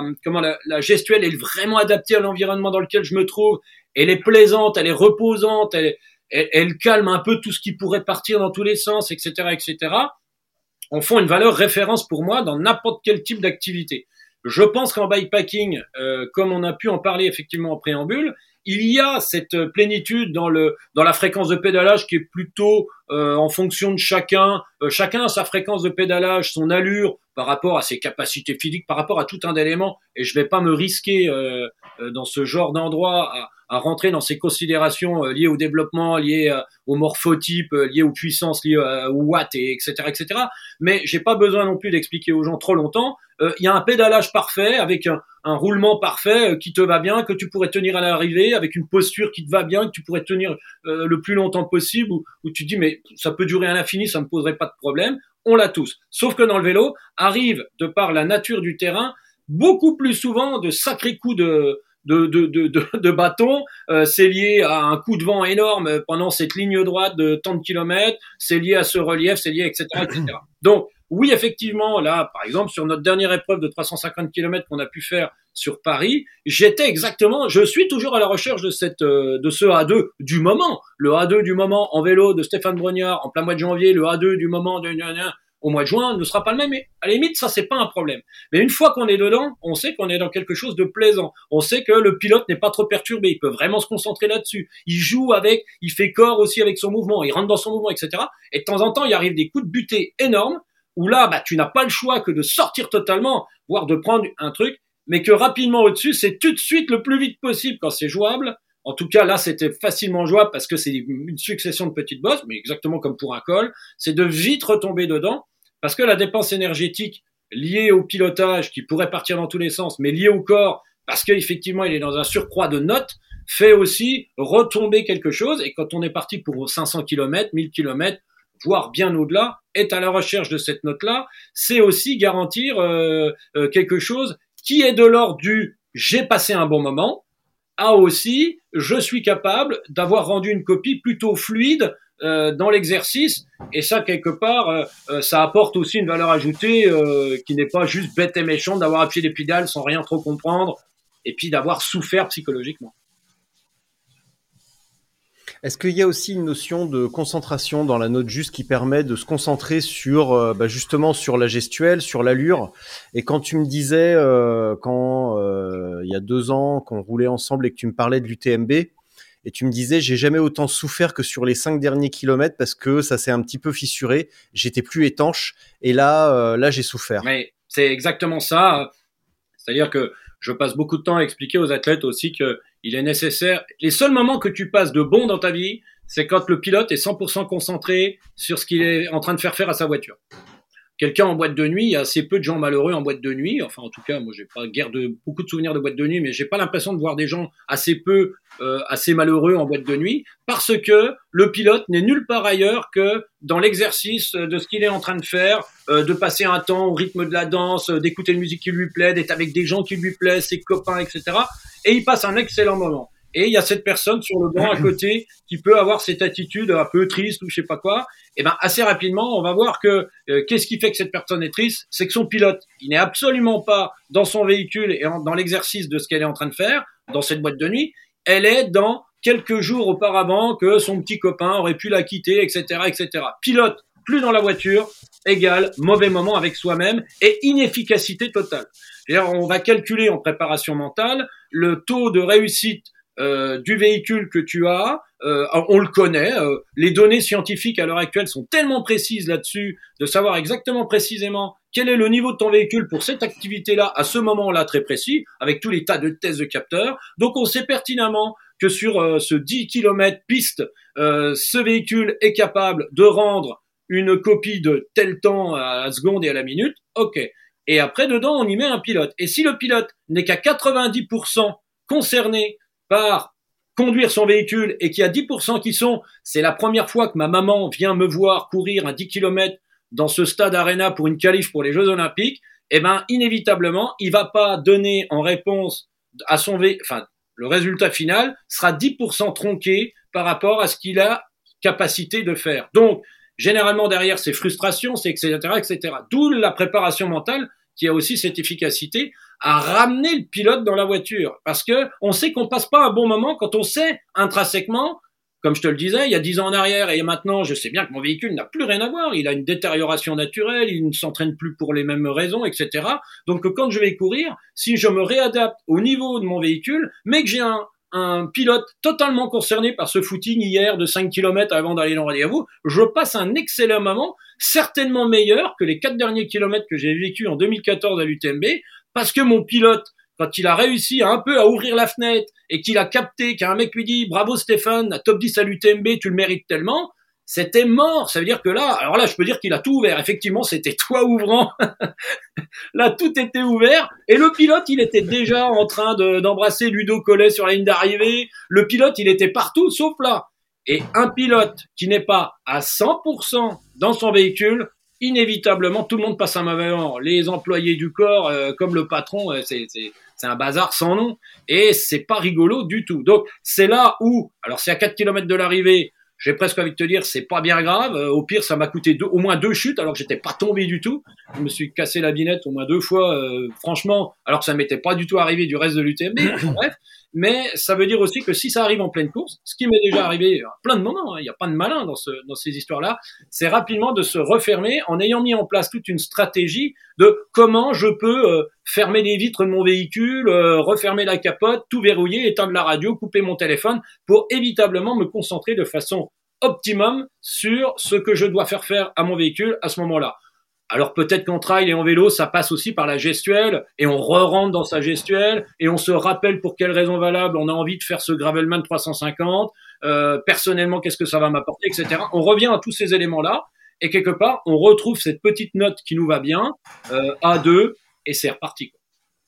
gestuelle est vraiment adaptée à l'environnement dans lequel je me trouve, elle est plaisante, elle est reposante, elle calme un peu tout ce qui pourrait partir dans tous les sens, etc., etc., en font une valeur référence pour moi dans n'importe quel type d'activité. Je pense qu'en bikepacking, comme on a pu en parler effectivement en préambule, il y a cette plénitude dans la fréquence de pédalage qui est plutôt en fonction de chacun. Chacun a sa fréquence de pédalage, son allure par rapport à ses capacités physiques, par rapport à tout un élément. Et je vais pas me risquer dans ce genre d'endroit à rentrer dans ces considérations liées au développement, liées au morphotype, liées aux puissances, liées aux watts, et etc., etc. Mais j'ai pas besoin non plus d'expliquer aux gens trop longtemps. Il y a un pédalage parfait avec un roulement parfait qui te va bien, que tu pourrais tenir à l'arrivée, avec une posture qui te va bien, que tu pourrais tenir le plus longtemps possible, où tu te dis mais ça peut durer à l'infini, ça me poserait pas de problème. On l'a tous. Sauf que dans le vélo, arrive, de par la nature du terrain, beaucoup plus souvent de sacrés coups de bâton. C'est lié à un coup de vent énorme pendant cette ligne droite de tant de kilomètres. C'est lié à ce relief, c'est lié, etc., etc. Donc, oui, effectivement, là, par exemple, sur notre dernière épreuve de 350 km qu'on a pu faire sur Paris, je suis toujours à la recherche de ce A2 du moment. Le A2 du moment en vélo de Stéphane Brognard en plein mois de janvier, le A2 du moment au mois de juin ne sera pas le même, mais à la limite, ça, c'est pas un problème. Mais une fois qu'on est dedans, on sait qu'on est dans quelque chose de plaisant. On sait que le pilote n'est pas trop perturbé, il peut vraiment se concentrer là-dessus. Il joue il fait corps aussi avec son mouvement, il rentre dans son mouvement, etc. Et de temps en temps, il arrive des coups de butée énormes, où là, tu n'as pas le choix que de sortir totalement, voire de prendre un truc, mais que rapidement au-dessus, c'est tout de suite le plus vite possible quand c'est jouable. En tout cas, là, c'était facilement jouable parce que c'est une succession de petites bosses, mais exactement comme pour un col, c'est de vite retomber dedans, parce que la dépense énergétique liée au pilotage, qui pourrait partir dans tous les sens, mais liée au corps, parce qu'effectivement, il est dans un surcroît de notes, fait aussi retomber quelque chose. Et quand on est parti pour 500 km, 1000 km, voire bien au-delà, est à la recherche de cette note-là, c'est aussi garantir quelque chose qui est de l'ordre du « j'ai passé un bon moment », à aussi « je suis capable d'avoir rendu une copie plutôt fluide dans l'exercice ». Et ça, quelque part, ça apporte aussi une valeur ajoutée qui n'est pas juste bête et méchante d'avoir appuyé des pédales sans rien trop comprendre et puis d'avoir souffert psychologiquement. Est-ce qu'il y a aussi une notion de concentration dans la note juste qui permet de se concentrer sur justement sur la gestuelle, sur l'allure? Et quand tu me disais il y a 2 ans qu'on roulait ensemble et que tu me parlais de l'UTMB et tu me disais j'ai jamais autant souffert que sur les 5 derniers kilomètres parce que ça s'est un petit peu fissuré, j'étais plus étanche et là j'ai souffert. Mais c'est exactement ça. C'est-à-dire que je passe beaucoup de temps à expliquer aux athlètes aussi que il est nécessaire. Les seuls moments que tu passes de bon dans ta vie, c'est quand le pilote est 100% concentré sur ce qu'il est en train de faire à sa voiture. Quelqu'un en boîte de nuit, il y a assez peu de gens malheureux en boîte de nuit. Enfin, en tout cas, moi, j'ai pas beaucoup de souvenirs de boîte de nuit, mais j'ai pas l'impression de voir des gens assez malheureux en boîte de nuit, parce que le pilote n'est nulle part ailleurs que dans l'exercice de ce qu'il est en train de faire, de passer un temps au rythme de la danse, d'écouter une musique qui lui plaît, d'être avec des gens qui lui plaisent, ses copains, etc. Et il passe un excellent moment. Et il y a cette personne sur le banc à côté qui peut avoir cette attitude un peu triste ou je sais pas quoi. Et ben assez rapidement, on va voir que qu'est-ce qui fait que cette personne est triste, c'est que son pilote, il n'est absolument pas dans son véhicule et dans l'exercice de ce qu'elle est en train de faire dans cette boîte de nuit. Elle est dans quelques jours auparavant que son petit copain aurait pu la quitter, etc., etc. Pilote plus dans la voiture égale mauvais moment avec soi-même et inefficacité totale. C'est-à-dire, on va calculer en préparation mentale le taux de réussite du véhicule que tu as, on le connaît, les données scientifiques à l'heure actuelle sont tellement précises là-dessus, de savoir exactement précisément quel est le niveau de ton véhicule pour cette activité-là, à ce moment-là très précis, avec tous les tas de tests de capteurs. Donc on sait pertinemment que sur ce 10 km piste, ce véhicule est capable de rendre une copie de tel temps à la seconde et à la minute, ok. Et après, dedans, on y met un pilote. Et si le pilote n'est qu'à 90% concerné par conduire son véhicule et qu'il y a 10% qui sont, c'est la première fois que ma maman vient me voir courir un 10 km dans ce stade Arena pour une qualif pour les Jeux Olympiques, eh ben, inévitablement, il va pas donner en réponse à son enfin, le résultat final sera 10% tronqué par rapport à ce qu'il a capacité de faire. Donc, généralement, derrière, c'est frustration, c'est etc., etc. D'où la préparation mentale qui a aussi cette efficacité à ramener le pilote dans la voiture. Parce que on sait qu'on passe pas un bon moment quand on sait intrinsèquement, comme je te le disais, il y a 10 ans en arrière et maintenant, je sais bien que mon véhicule n'a plus rien à voir. Il a une détérioration naturelle, il ne s'entraîne plus pour les mêmes raisons, etc. Donc, quand je vais courir, si je me réadapte au niveau de mon véhicule, mais que j'ai un pilote totalement concerné par ce footing hier de 5 km avant d'aller dans le rendez-vous, je passe un excellent moment, certainement meilleur que les 4 derniers kilomètres que j'ai vécu en 2014 à l'UTMB, parce que mon pilote, quand il a réussi un peu à ouvrir la fenêtre et qu'il a capté qu'un mec lui dit « Bravo Stéphane, top 10 à l'UTMB, tu le mérites tellement », c'était mort. Ça veut dire que là, alors là, je peux dire qu'il a tout ouvert. Effectivement, c'était toit ouvrant. Là, tout était ouvert. Et le pilote, il était déjà en train d'embrasser Ludo Collet sur la ligne d'arrivée. Le pilote, il était partout, sauf là. Et un pilote qui n'est pas à 100% dans son véhicule, inévitablement, tout le monde passe un mauvais moment. Les employés du corps, comme le patron, c'est un bazar sans nom. Et c'est pas rigolo du tout. Donc, c'est là où, alors c'est à 4 km de l'arrivée, j'ai presque envie de te dire, c'est pas bien grave. Au pire, ça m'a coûté au moins 2 chutes, alors que j'étais pas tombé du tout. Je me suis cassé la binette au moins 2 fois, franchement, alors que ça m'était pas du tout arrivé du reste de l'UTMB. Bref. Mais ça veut dire aussi que si ça arrive en pleine course, ce qui m'est déjà arrivé à plein de moments, il n'y a pas de malin dans ces histoires-là, c'est rapidement de se refermer en ayant mis en place toute une stratégie de comment je peux fermer les vitres de mon véhicule, refermer la capote, tout verrouiller, éteindre la radio, couper mon téléphone pour évitablement me concentrer de façon optimum sur ce que je dois faire à mon véhicule à ce moment-là. Alors peut-être qu'en trail et en vélo, ça passe aussi par la gestuelle et on re-rentre dans sa gestuelle et on se rappelle pour quelle raison valable on a envie de faire ce Gravelman 350, personnellement qu'est-ce que ça va m'apporter, etc. On revient à tous ces éléments-là et quelque part on retrouve cette petite note qui nous va bien, A2 et c'est reparti, quoi.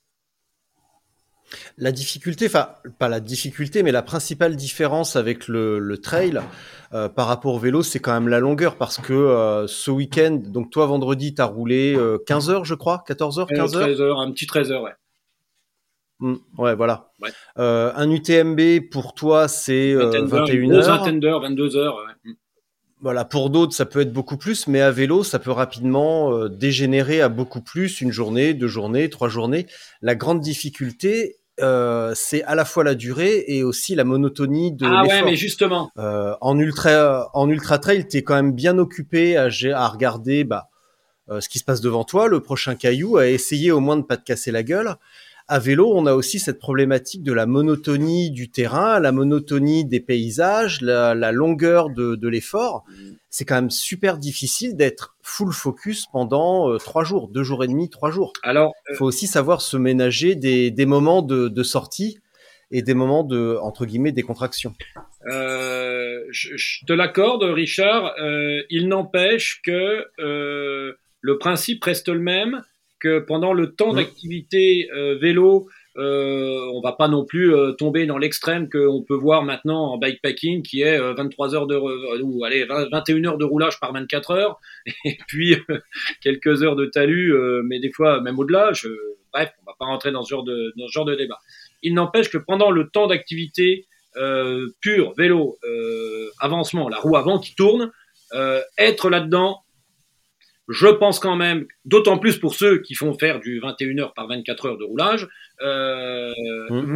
La difficulté, enfin pas la difficulté, mais la principale différence avec le trail par rapport au vélo, c'est quand même la longueur, parce que ce week-end, donc toi vendredi, t'as roulé 15 heures, je crois, 14 heures, 15 heures 13 heures, un petit 13 heures, ouais. Ouais, voilà. Ouais. Un UTMB pour toi, c'est 21 heures. Vingtaine d'heures, 22 heures, ouais. Voilà, pour d'autres, ça peut être beaucoup plus, mais à vélo, ça peut rapidement dégénérer à beaucoup plus, une journée, 2 journées, 3 journées. La grande difficulté, c'est à la fois la durée et aussi la monotonie de l'effort. Ouais, mais justement. En ultra trail, t'es quand même bien occupé à regarder ce qui se passe devant toi, le prochain caillou, à essayer au moins de pas te casser la gueule. À vélo, on a aussi cette problématique de la monotonie du terrain, la monotonie des paysages, la longueur de l'effort. C'est quand même super difficile d'être full focus pendant 3 jours, 2 jours et demi, 3 jours. Alors, faut aussi savoir se ménager des moments de sortie et des moments de, entre guillemets, décontraction. Je te l'accorde, Richard. Il n'empêche que le principe reste le même, que pendant le temps d'activité vélo, on va pas non plus tomber dans l'extrême qu'on peut voir maintenant en bikepacking, qui est 23 heures 21 heures de roulage par 24 heures, et puis quelques heures de talus, mais des fois même au-delà. Bref, on va pas rentrer dans ce genre de débat. Il n'empêche que pendant le temps d'activité pur, vélo, avancement, la roue avant qui tourne, être là-dedans, je pense quand même, d'autant plus pour ceux qui font faire du 21 heures par 24 heures de roulage, oui,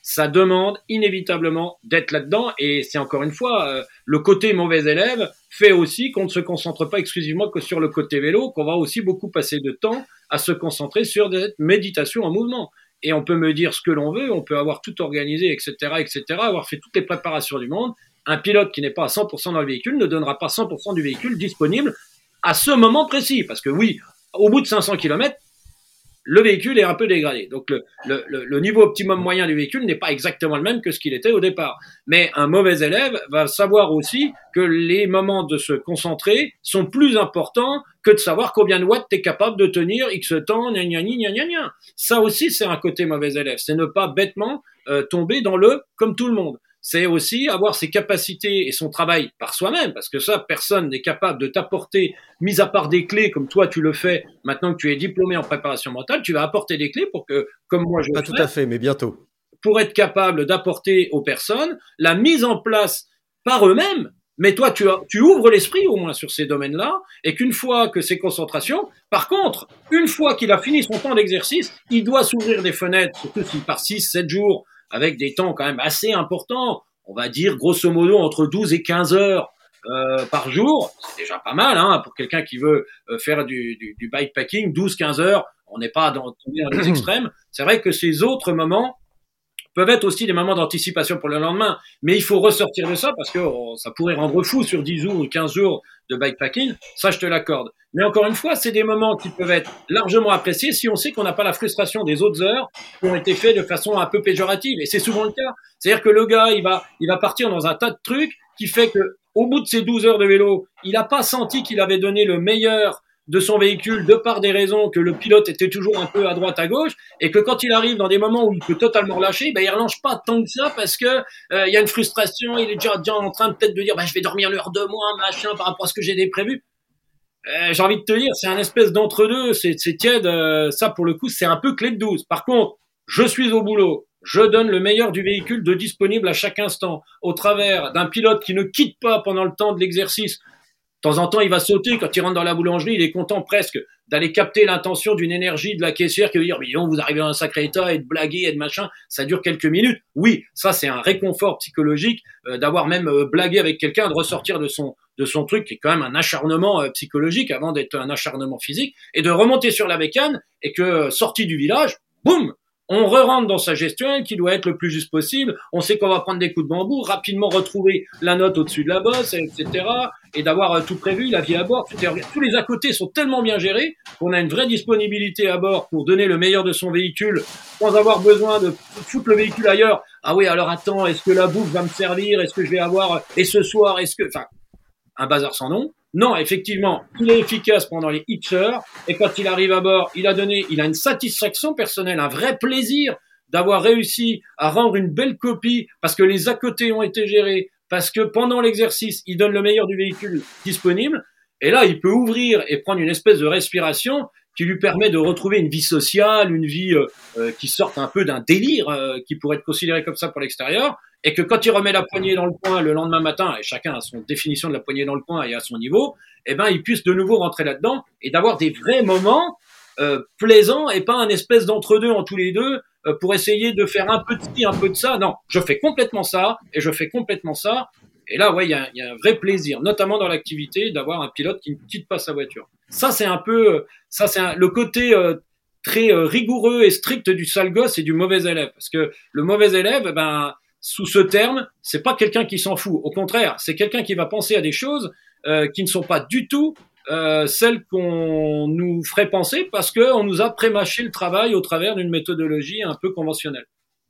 ça demande inévitablement d'être là-dedans. Et c'est encore une fois, le côté mauvais élève fait aussi qu'on ne se concentre pas exclusivement que sur le côté vélo, qu'on va aussi beaucoup passer de temps à se concentrer sur des méditations en mouvement. Et on peut me dire ce que l'on veut, on peut avoir tout organisé, etc., avoir fait toutes les préparations du monde. Un pilote qui n'est pas à 100% dans le véhicule ne donnera pas 100% du véhicule disponible à ce moment précis. Parce que oui, au bout de 500 km, le véhicule est un peu dégradé. Donc le niveau optimum moyen du véhicule n'est pas exactement le même que ce qu'il était au départ. Mais un mauvais élève va savoir aussi que les moments de se concentrer sont plus importants que de savoir combien de watts tu es capable de tenir X temps, gna gna gna gna gna. Ça aussi, c'est un côté mauvais élève. C'est ne pas bêtement tomber dans le comme tout le monde. C'est aussi avoir ses capacités et son travail par soi-même, parce que ça, personne n'est capable de t'apporter, mis à part des clés, comme toi tu le fais, maintenant que tu es diplômé en préparation mentale, tu vas apporter des clés pour que, comme moi je le fais. Pas tout à fait, mais bientôt. Pour être capable d'apporter aux personnes la mise en place par eux-mêmes, mais toi tu ouvres l'esprit au moins sur ces domaines-là, et qu'une fois que ces concentrations, par contre, une fois qu'il a fini son temps d'exercice, il doit s'ouvrir des fenêtres, surtout s'il part 6-7 jours, avec des temps quand même assez importants, on va dire grosso modo entre 12 et 15 heures par jour, c'est déjà pas mal hein, pour quelqu'un qui veut faire du bikepacking, 12-15 heures, on n'est pas dans les extrêmes. C'est vrai que ces autres moments peuvent être aussi des moments d'anticipation pour le lendemain, mais il faut ressortir de ça parce que ça pourrait rendre fou sur 10 jours ou 15 jours de bikepacking, ça je te l'accorde. Mais encore une fois, c'est des moments qui peuvent être largement appréciés si on sait qu'on n'a pas la frustration des autres heures qui ont été faites de façon un peu péjorative. Et c'est souvent le cas. C'est-à-dire que le gars, il va partir dans un tas de trucs qui fait que, au bout de ces 12 heures de vélo, il n'a pas senti qu'il avait donné le meilleur de son véhicule de par des raisons que le pilote était toujours un peu à droite à gauche et que quand il arrive dans des moments où il peut totalement relâcher, il relâche pas tant que ça parce que il y a une frustration, il est déjà en train peut-être de dire je vais dormir l'heure de moins machin par rapport à ce que j'ai prévu. J'ai envie de te dire, c'est un espèce d'entre-deux, c'est tiède, ça pour le coup c'est un peu clé de 12. Par contre, je suis au boulot, je donne le meilleur du véhicule de disponible à chaque instant au travers d'un pilote qui ne quitte pas pendant le temps de l'exercice. De temps en temps, il va sauter. Quand il rentre dans la boulangerie, il est content presque d'aller capter l'intention d'une énergie de la caissière qui veut dire, mais non, vous arrivez dans un sacré état et de blaguer et de machin. Ça dure quelques minutes. Oui, ça, c'est un réconfort psychologique d'avoir même blagué avec quelqu'un, de ressortir de son truc qui est quand même un acharnement psychologique avant d'être un acharnement physique et de remonter sur la bécane et que, sorti du village, boum, on re-rentre dans sa gestuelle qui doit être le plus juste possible. On sait qu'on va prendre des coups de bambou, rapidement retrouver la note au-dessus de la bosse, etc. Et d'avoir tout prévu, la vie à bord. Tous les à côté sont tellement bien gérés qu'on a une vraie disponibilité à bord pour donner le meilleur de son véhicule sans avoir besoin de foutre le véhicule ailleurs. Ah oui, alors attends, est-ce que la bouffe va me servir? Est-ce que je vais avoir... Et ce soir, enfin, un bazar sans nom. Non, effectivement, il est efficace pendant les X heures et quand il arrive à bord, il a une satisfaction personnelle, un vrai plaisir d'avoir réussi à rendre une belle copie parce que les à côté ont été gérés, parce que pendant l'exercice, il donne le meilleur du véhicule disponible et là, il peut ouvrir et prendre une espèce de respiration qui lui permet de retrouver une vie sociale, une vie qui sorte un peu d'un délire qui pourrait être considéré comme ça pour l'extérieur, et que quand il remet la poignée dans le coin le lendemain matin, et chacun a son définition de la poignée dans le coin et à son niveau, il puisse de nouveau rentrer là-dedans et d'avoir des vrais moments plaisants et pas un espèce d'entre-deux en tous les deux pour essayer de faire un peu de ci, un peu de ça. Non, je fais complètement ça et je fais complètement ça. Et là, ouais, il y a un vrai plaisir, notamment dans l'activité, d'avoir un pilote qui ne quitte pas sa voiture. Ça, c'est un peu, le côté très rigoureux et strict du sale gosse et du mauvais élève. Parce que le mauvais élève, sous ce terme, c'est pas quelqu'un qui s'en fout. Au contraire, c'est quelqu'un qui va penser à des choses qui ne sont pas du tout celles qu'on nous ferait penser parce qu'on nous a prémâché le travail au travers d'une méthodologie un peu conventionnelle.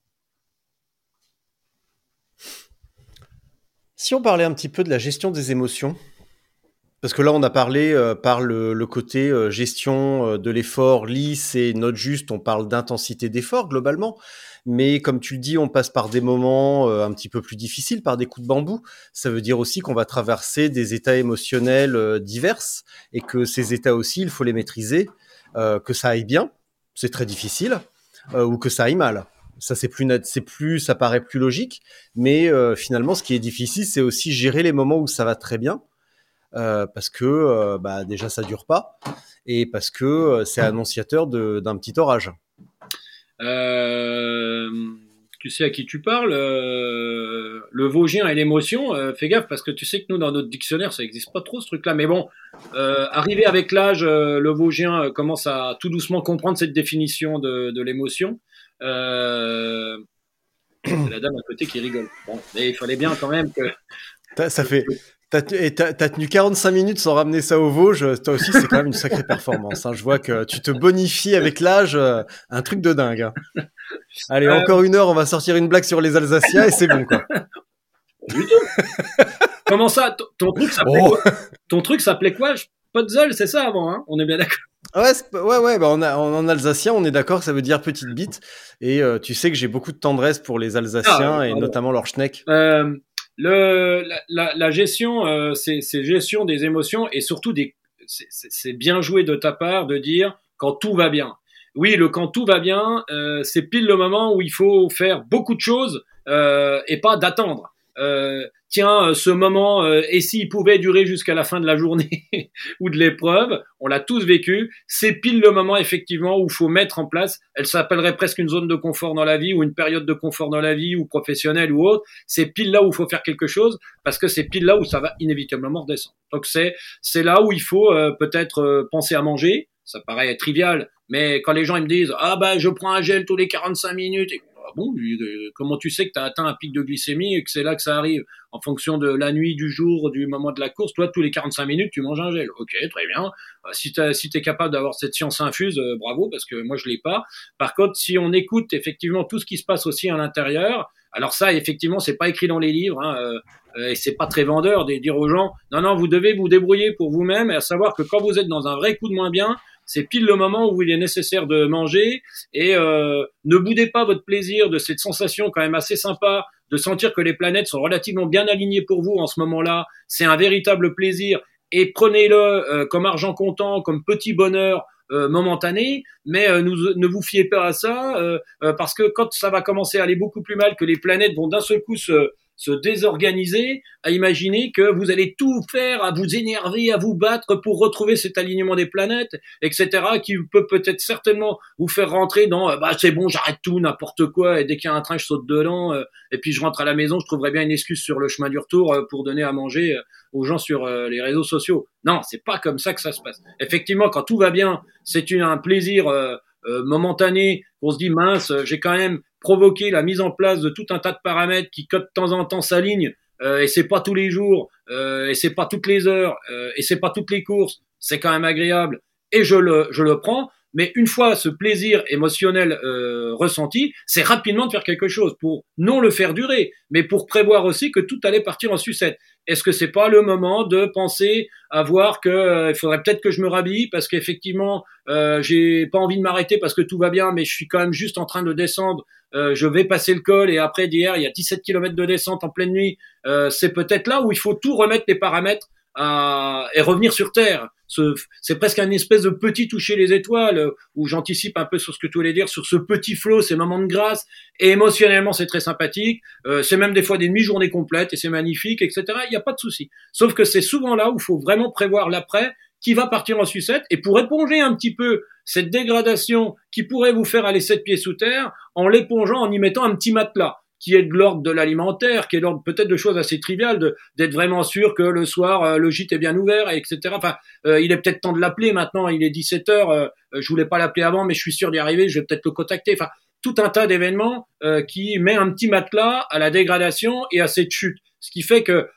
Si on parlait un petit peu de la gestion des émotions, parce que là on a parlé par le côté gestion de l'effort lisse et note juste, on parle d'intensité d'effort globalement, mais comme tu le dis, on passe par des moments un petit peu plus difficiles, par des coups de bambou. Ça veut dire aussi qu'on va traverser des états émotionnels divers et que ces états aussi, il faut les maîtriser, que ça aille bien, c'est très difficile, ou que ça aille mal. Ça c'est plus net, ça paraît plus logique, mais finalement ce qui est difficile, c'est aussi gérer les moments où ça va très bien, parce que déjà ça dure pas, et parce que c'est annonciateur d'un petit orage. tu sais à qui tu parles, le Vosgien et l'émotion, fais gaffe parce que tu sais que nous, dans notre dictionnaire, ça n'existe pas trop ce truc-là. Mais bon, arrivé avec l'âge, le Vosgien commence à tout doucement comprendre cette définition de l'émotion. C'est la dame à côté qui rigole. Bon, mais il fallait bien quand même que... T'as tenu 45 minutes sans ramener ça au Vosges. Toi aussi, c'est quand même une sacrée performance. Hein. Je vois que tu te bonifies avec l'âge. Un truc de dingue. Hein. Allez, encore 1 heure, on va sortir une blague sur les Alsaciens et c'est bon, quoi. Du tout. Comment ça? Ton truc s'appelait quoi? Potzel, c'est ça avant, hein? On est bien d'accord. Ouais, bah en alsacien, on est d'accord que ça veut dire petite bite. Et tu sais que j'ai beaucoup de tendresse pour les Alsaciens et notamment leur schneck. La gestion, c'est gestion des émotions et surtout c'est bien joué de ta part de dire quand tout va bien. Oui, quand tout va bien, c'est pile le moment où il faut faire beaucoup de choses et pas d'attendre. Ce moment, et s'il pouvait durer jusqu'à la fin de la journée ou de l'épreuve, on l'a tous vécu, c'est pile le moment effectivement où il faut mettre en place, elle s'appellerait presque une zone de confort dans la vie ou une période de confort dans la vie ou professionnelle ou autre, c'est pile là où il faut faire quelque chose parce que c'est pile là où ça va inévitablement redescendre. Donc c'est là où il faut peut-être penser à manger, ça paraît trivial, mais quand les gens ils me disent « Ah bah je prends un gel tous les 45 minutes », bon, comment tu sais que tu as atteint un pic de glycémie et que c'est là que ça arrive? En fonction de la nuit, du jour, du moment de la course, toi, tous les 45 minutes, tu manges un gel. Ok, très bien. Si t'es capable d'avoir cette science infuse, bravo, parce que moi, je l'ai pas. Par contre, si on écoute effectivement tout ce qui se passe aussi à l'intérieur, alors ça, effectivement, c'est pas écrit dans les livres, hein, et c'est pas très vendeur de dire aux gens, non, vous devez vous débrouiller pour vous-même, et à savoir que quand vous êtes dans un vrai coup de moins bien, c'est pile le moment où il est nécessaire de manger et ne boudez pas votre plaisir de cette sensation quand même assez sympa de sentir que les planètes sont relativement bien alignées pour vous en ce moment-là. C'est un véritable plaisir et prenez-le comme argent comptant, comme petit bonheur momentané, mais ne vous fiez pas à ça parce que quand ça va commencer à aller beaucoup plus mal, que les planètes vont d'un seul coup se désorganiser, à imaginer que vous allez tout faire, à vous énerver, à vous battre pour retrouver cet alignement des planètes, etc., qui peut peut-être certainement vous faire rentrer dans c'est bon, j'arrête tout, n'importe quoi, et dès qu'il y a un train, je saute dedans, et puis je rentre à la maison, je trouverai bien une excuse sur le chemin du retour pour donner à manger aux gens sur les réseaux sociaux. Non, c'est pas comme ça que ça se passe. Effectivement, quand tout va bien, c'est un plaisir momentané, on se dit mince, j'ai quand même provoqué la mise en place de tout un tas de paramètres qui de temps en temps s'alignent et c'est pas tous les jours et c'est pas toutes les heures et c'est pas toutes les courses, c'est quand même agréable et je le prends, mais une fois ce plaisir émotionnel ressenti, c'est rapidement de faire quelque chose pour non le faire durer, mais pour prévoir aussi que tout allait partir en sucette. Est-ce que c'est pas le moment de penser à voir que il faudrait peut-être que je me rhabille parce qu'effectivement j'ai pas envie de m'arrêter parce que tout va bien, mais je suis quand même juste en train de descendre. Je vais passer le col et après d'hier il y a 17 km de descente en pleine nuit. C'est peut-être là où il faut tout remettre les paramètres et revenir sur terre. C'est presque un espèce de petit toucher les étoiles où j'anticipe un peu sur ce que tu voulais dire, sur ce petit flow, ces moments de grâce, et émotionnellement c'est très sympathique, c'est même des fois des demi-journées complètes et c'est magnifique, etc. Il n'y a pas de souci. Sauf que c'est souvent là où il faut vraiment prévoir l'après qui va partir en sucette, et pour éponger un petit peu cette dégradation qui pourrait vous faire aller 7 pieds sous terre, en l'épongeant, en y mettant un petit matelas qui est de l'ordre de l'alimentaire, qui est de l'ordre peut-être de choses assez triviales, d'être vraiment sûr que le soir, le gîte est bien ouvert, etc. Enfin, il est peut-être temps de l'appeler maintenant, il est 17h, je voulais pas l'appeler avant, mais je suis sûr d'y arriver, je vais peut-être le contacter. Enfin, tout un tas d'événements qui met un petit matelas à la dégradation et à cette chute. Ce qui fait que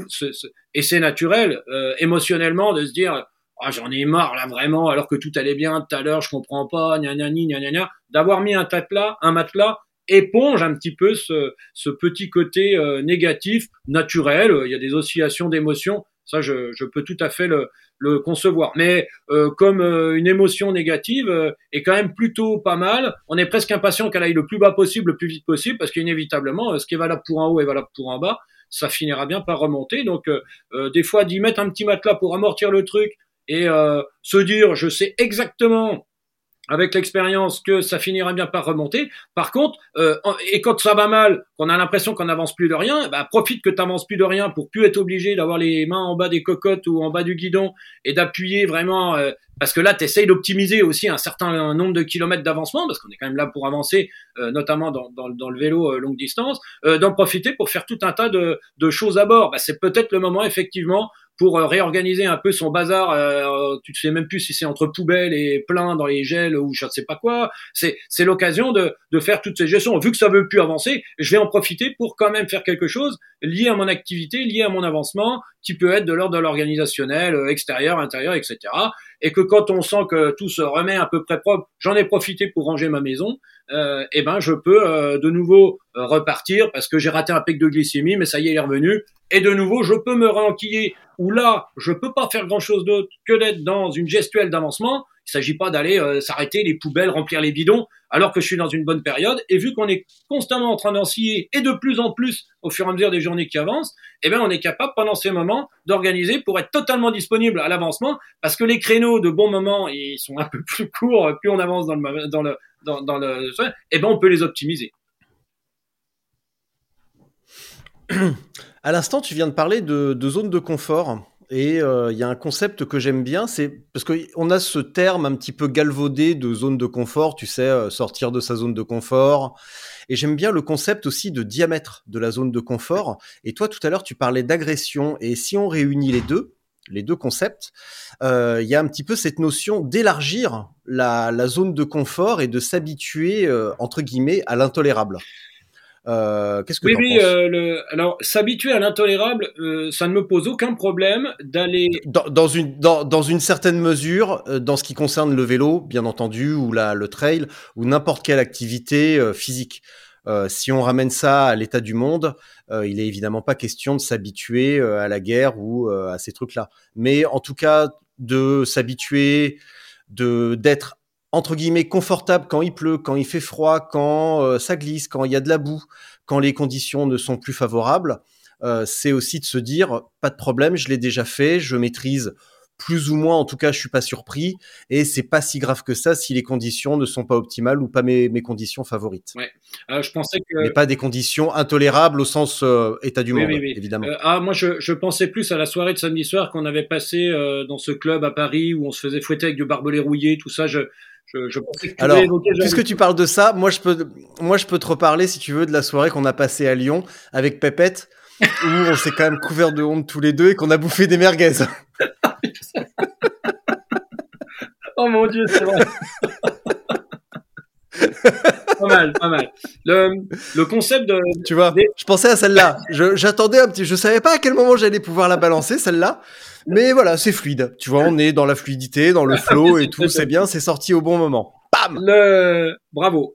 et c'est naturel, émotionnellement, de se dire « j'en ai marre là vraiment, alors que tout allait bien tout à l'heure, je comprends pas, gna gna gna gna gna », d'avoir mis un matelas éponge un petit peu ce petit côté négatif, naturel. Il y a des oscillations d'émotions, ça je peux tout à fait le concevoir. Mais comme une émotion négative est quand même plutôt pas mal, on est presque impatient qu'elle aille le plus bas possible, le plus vite possible, parce qu'inévitablement, ce qui est valable pour en haut est valable pour en bas, ça finira bien par remonter. Donc des fois, d'y mettre un petit matelas pour amortir le truc et se dire, je sais exactement avec l'expérience que ça finira bien par remonter. Par contre, et quand ça va mal, qu'on a l'impression qu'on n'avance plus de rien, bah, profite que tu n'avances plus de rien pour plus être obligé d'avoir les mains en bas des cocottes ou en bas du guidon et d'appuyer vraiment, parce que là, tu essayes d'optimiser aussi un certain nombre de kilomètres d'avancement, parce qu'on est quand même là pour avancer, notamment dans le vélo longue distance, d'en profiter pour faire tout un tas de choses à bord. Bah, c'est peut-être le moment, effectivement, pour réorganiser un peu son bazar. Tu ne sais même plus si c'est entre poubelles et plein dans les gels ou je ne sais pas quoi. C'est l'occasion de faire toutes ces gestions. Vu que ça veut plus avancer, je vais en profiter pour quand même faire quelque chose lié à mon activité, lié à mon avancement, qui peut être de l'ordre de l'organisationnel, extérieur, intérieur, etc. Et que quand on sent que tout se remet à peu près propre, j'en ai profité pour ranger ma maison, et ben je peux de nouveau repartir parce que j'ai raté un pic de glycémie, mais ça y est, il est revenu. Et de nouveau, je peux me réenquiller où là, je peux pas faire grand-chose d'autre que d'être dans une gestuelle d'avancement. Il s'agit pas d'aller s'arrêter les poubelles, remplir les bidons, alors que je suis dans une bonne période. Et vu qu'on est constamment en train d'enquiller et de plus en plus au fur et à mesure des journées qui avancent, eh ben on est capable pendant ces moments d'organiser pour être totalement disponible à l'avancement, parce que les créneaux de bons moments ils sont un peu plus courts, plus on avance eh ben on peut les optimiser. À l'instant, tu viens de parler de zone de confort. Et y a un concept que j'aime bien, c'est parce qu'on a ce terme un petit peu galvaudé de zone de confort, tu sais, sortir de sa zone de confort. Et j'aime bien le concept aussi de diamètre de la zone de confort. Et toi, tout à l'heure, tu parlais d'agression. Et si on réunit les deux concepts, y a un petit peu cette notion d'élargir la zone de confort et de s'habituer, entre guillemets, à l'intolérable. Qu'est-ce que Oui, t'en oui. penses? Alors, s'habituer à l'intolérable, ça ne me pose aucun problème d'aller. Dans une certaine mesure, dans ce qui concerne le vélo, bien entendu, ou le trail, ou n'importe quelle activité physique. Si on ramène ça à l'état du monde, il est évidemment pas question de s'habituer à la guerre ou à ces trucs-là. Mais en tout cas, de s'habituer, d'être entre guillemets confortable quand il pleut, quand il fait froid, quand ça glisse, quand il y a de la boue, quand les conditions ne sont plus favorables. C'est aussi de se dire, pas de problème, je l'ai déjà fait, je maîtrise plus ou moins, en tout cas, je suis pas surpris, et c'est pas si grave que ça si les conditions ne sont pas optimales ou pas mes conditions favorites. Ouais. Je pensais Mais que. pas des conditions intolérables au sens état du Oui, monde, oui, oui. évidemment. Moi, je pensais plus à la soirée de samedi soir qu'on avait passé dans ce club à Paris où on se faisait fouetter avec du barbelé rouillé, tout ça. Je pensais que tu voulais Alors, évoquer. puisque tu parles de ça, moi je peux te reparler, si tu veux, de la soirée qu'on a passée à Lyon avec Pépette, où on s'est quand même couvert de honte tous les deux et qu'on a bouffé des merguez. Oh mon Dieu, c'est vrai. Pas mal, pas mal. Le concept de. Tu vois, je pensais à celle-là. J'attendais un petit. Je savais pas à quel moment j'allais pouvoir la balancer, celle-là. Mais voilà, c'est fluide. Tu vois, on est dans la fluidité, dans le flow et tout. C'est bien, c'est sorti au bon moment. Bam! Bravo.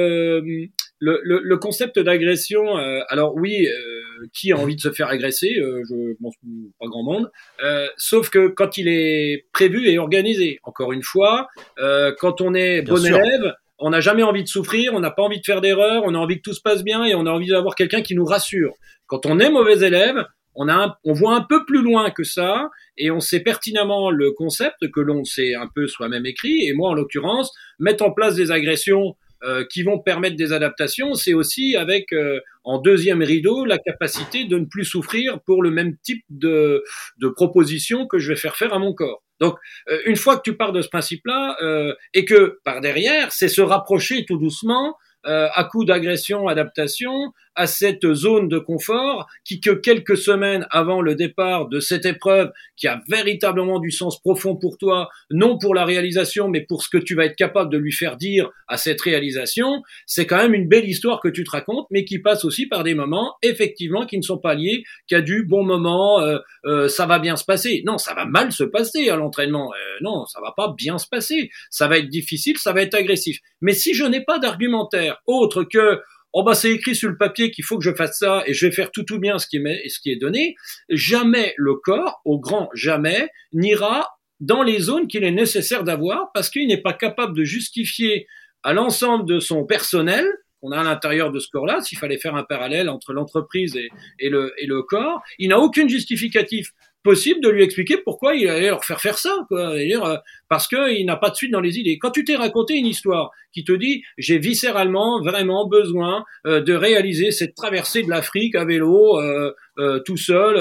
Le concept d'agression, alors oui, qui a envie de se faire agresser, je pense pas grand monde, sauf que quand il est prévu et organisé, encore une fois, quand on est Bien bon sûr. élève, on n'a jamais envie de souffrir, on n'a pas envie de faire d'erreurs, on a envie que tout se passe bien et on a envie d'avoir quelqu'un qui nous rassure. Quand on est mauvais élève, on voit un peu plus loin que ça et on sait pertinemment le concept que l'on sait un peu soi-même écrit. Et moi, en l'occurrence, mettre en place des agressions qui vont permettre des adaptations, c'est aussi avec en deuxième rideau la capacité de ne plus souffrir pour le même type de proposition que je vais faire à mon corps. Donc, une fois que tu pars de ce principe-là, et que par derrière, c'est se rapprocher tout doucement, à coup d'agression, adaptation, à cette zone de confort qui, que quelques semaines avant le départ de cette épreuve qui a véritablement du sens profond pour toi, non pour la réalisation, mais pour ce que tu vas être capable de lui faire dire à cette réalisation, c'est quand même une belle histoire que tu te racontes, mais qui passe aussi par des moments, effectivement, qui ne sont pas liés qu'à du bon moment, ça va bien se passer. Non, ça va mal se passer à l'entraînement. Non, ça va pas bien se passer. Ça va être difficile, ça va être agressif. Mais si je n'ai pas d'argumentaire autre que oh bah c'est écrit sur le papier qu'il faut que je fasse ça et je vais faire tout bien ce qui est donné, jamais le corps, au grand jamais, n'ira dans les zones qu'il est nécessaire d'avoir parce qu'il n'est pas capable de justifier à l'ensemble de son personnel qu'on a à l'intérieur de ce corps-là, s'il fallait faire un parallèle entre l'entreprise et le corps, il n'a aucun justificatif possible de lui expliquer pourquoi il allait leur faire ça, quoi. Parce que il n'a pas de suite dans les idées. Quand tu t'es raconté une histoire qui te dit j'ai viscéralement vraiment besoin de réaliser cette traversée de l'Afrique à vélo tout seul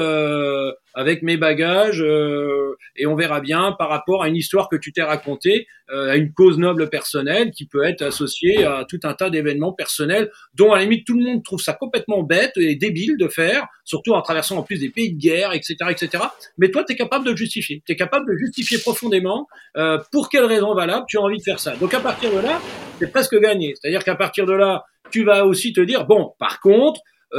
avec mes bagages et on verra bien par rapport à une histoire que tu t'es racontée à une cause noble personnelle qui peut être associée à tout un tas d'événements personnels dont à la limite tout le monde trouve ça complètement bête et débile de faire, surtout en traversant en plus des pays de guerre, etc., etc. Mais toi, tu es capable de le justifier. Tu es capable de justifier profondément pour quelle raison valable tu as envie de faire ça. Donc à partir de là, c'est presque gagné. C'est-à-dire qu'à partir de là, tu vas aussi te dire, bon, par contre,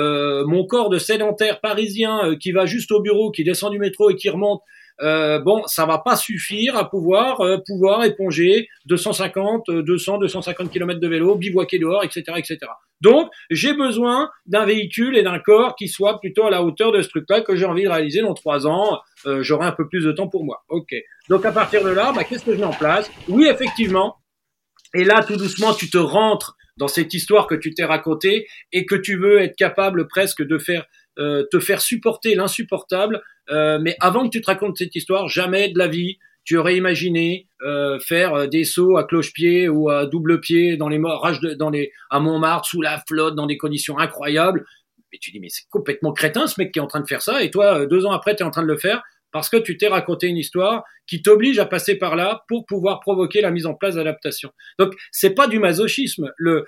mon corps de sédentaire parisien qui va juste au bureau, qui descend du métro et qui remonte, bon, ça va pas suffire à pouvoir éponger 250, 200, 250 km de vélo, bivouaquer dehors, etc., etc. Donc, j'ai besoin d'un véhicule et d'un corps qui soit plutôt à la hauteur de ce truc-là que j'ai envie de réaliser dans 3 ans. J'aurai un peu plus de temps pour moi. Ok. Donc, à partir de là, qu'est-ce que je mets en place? Oui, effectivement. Et là, tout doucement, tu te rentres dans cette histoire que tu t'es racontée et que tu veux être capable presque de faire te faire supporter l'insupportable. Mais avant que tu te racontes cette histoire, jamais de la vie tu aurais imaginé faire des sauts à cloche-pied ou à double pied dans les morages à Montmartre sous la flotte dans des conditions incroyables. Mais tu dis mais c'est complètement crétin ce mec qui est en train de faire ça et toi 2 ans après tu es en train de le faire parce que tu t'es raconté une histoire qui t'oblige à passer par là pour pouvoir provoquer la mise en place d'adaptation. Donc, c'est pas du masochisme.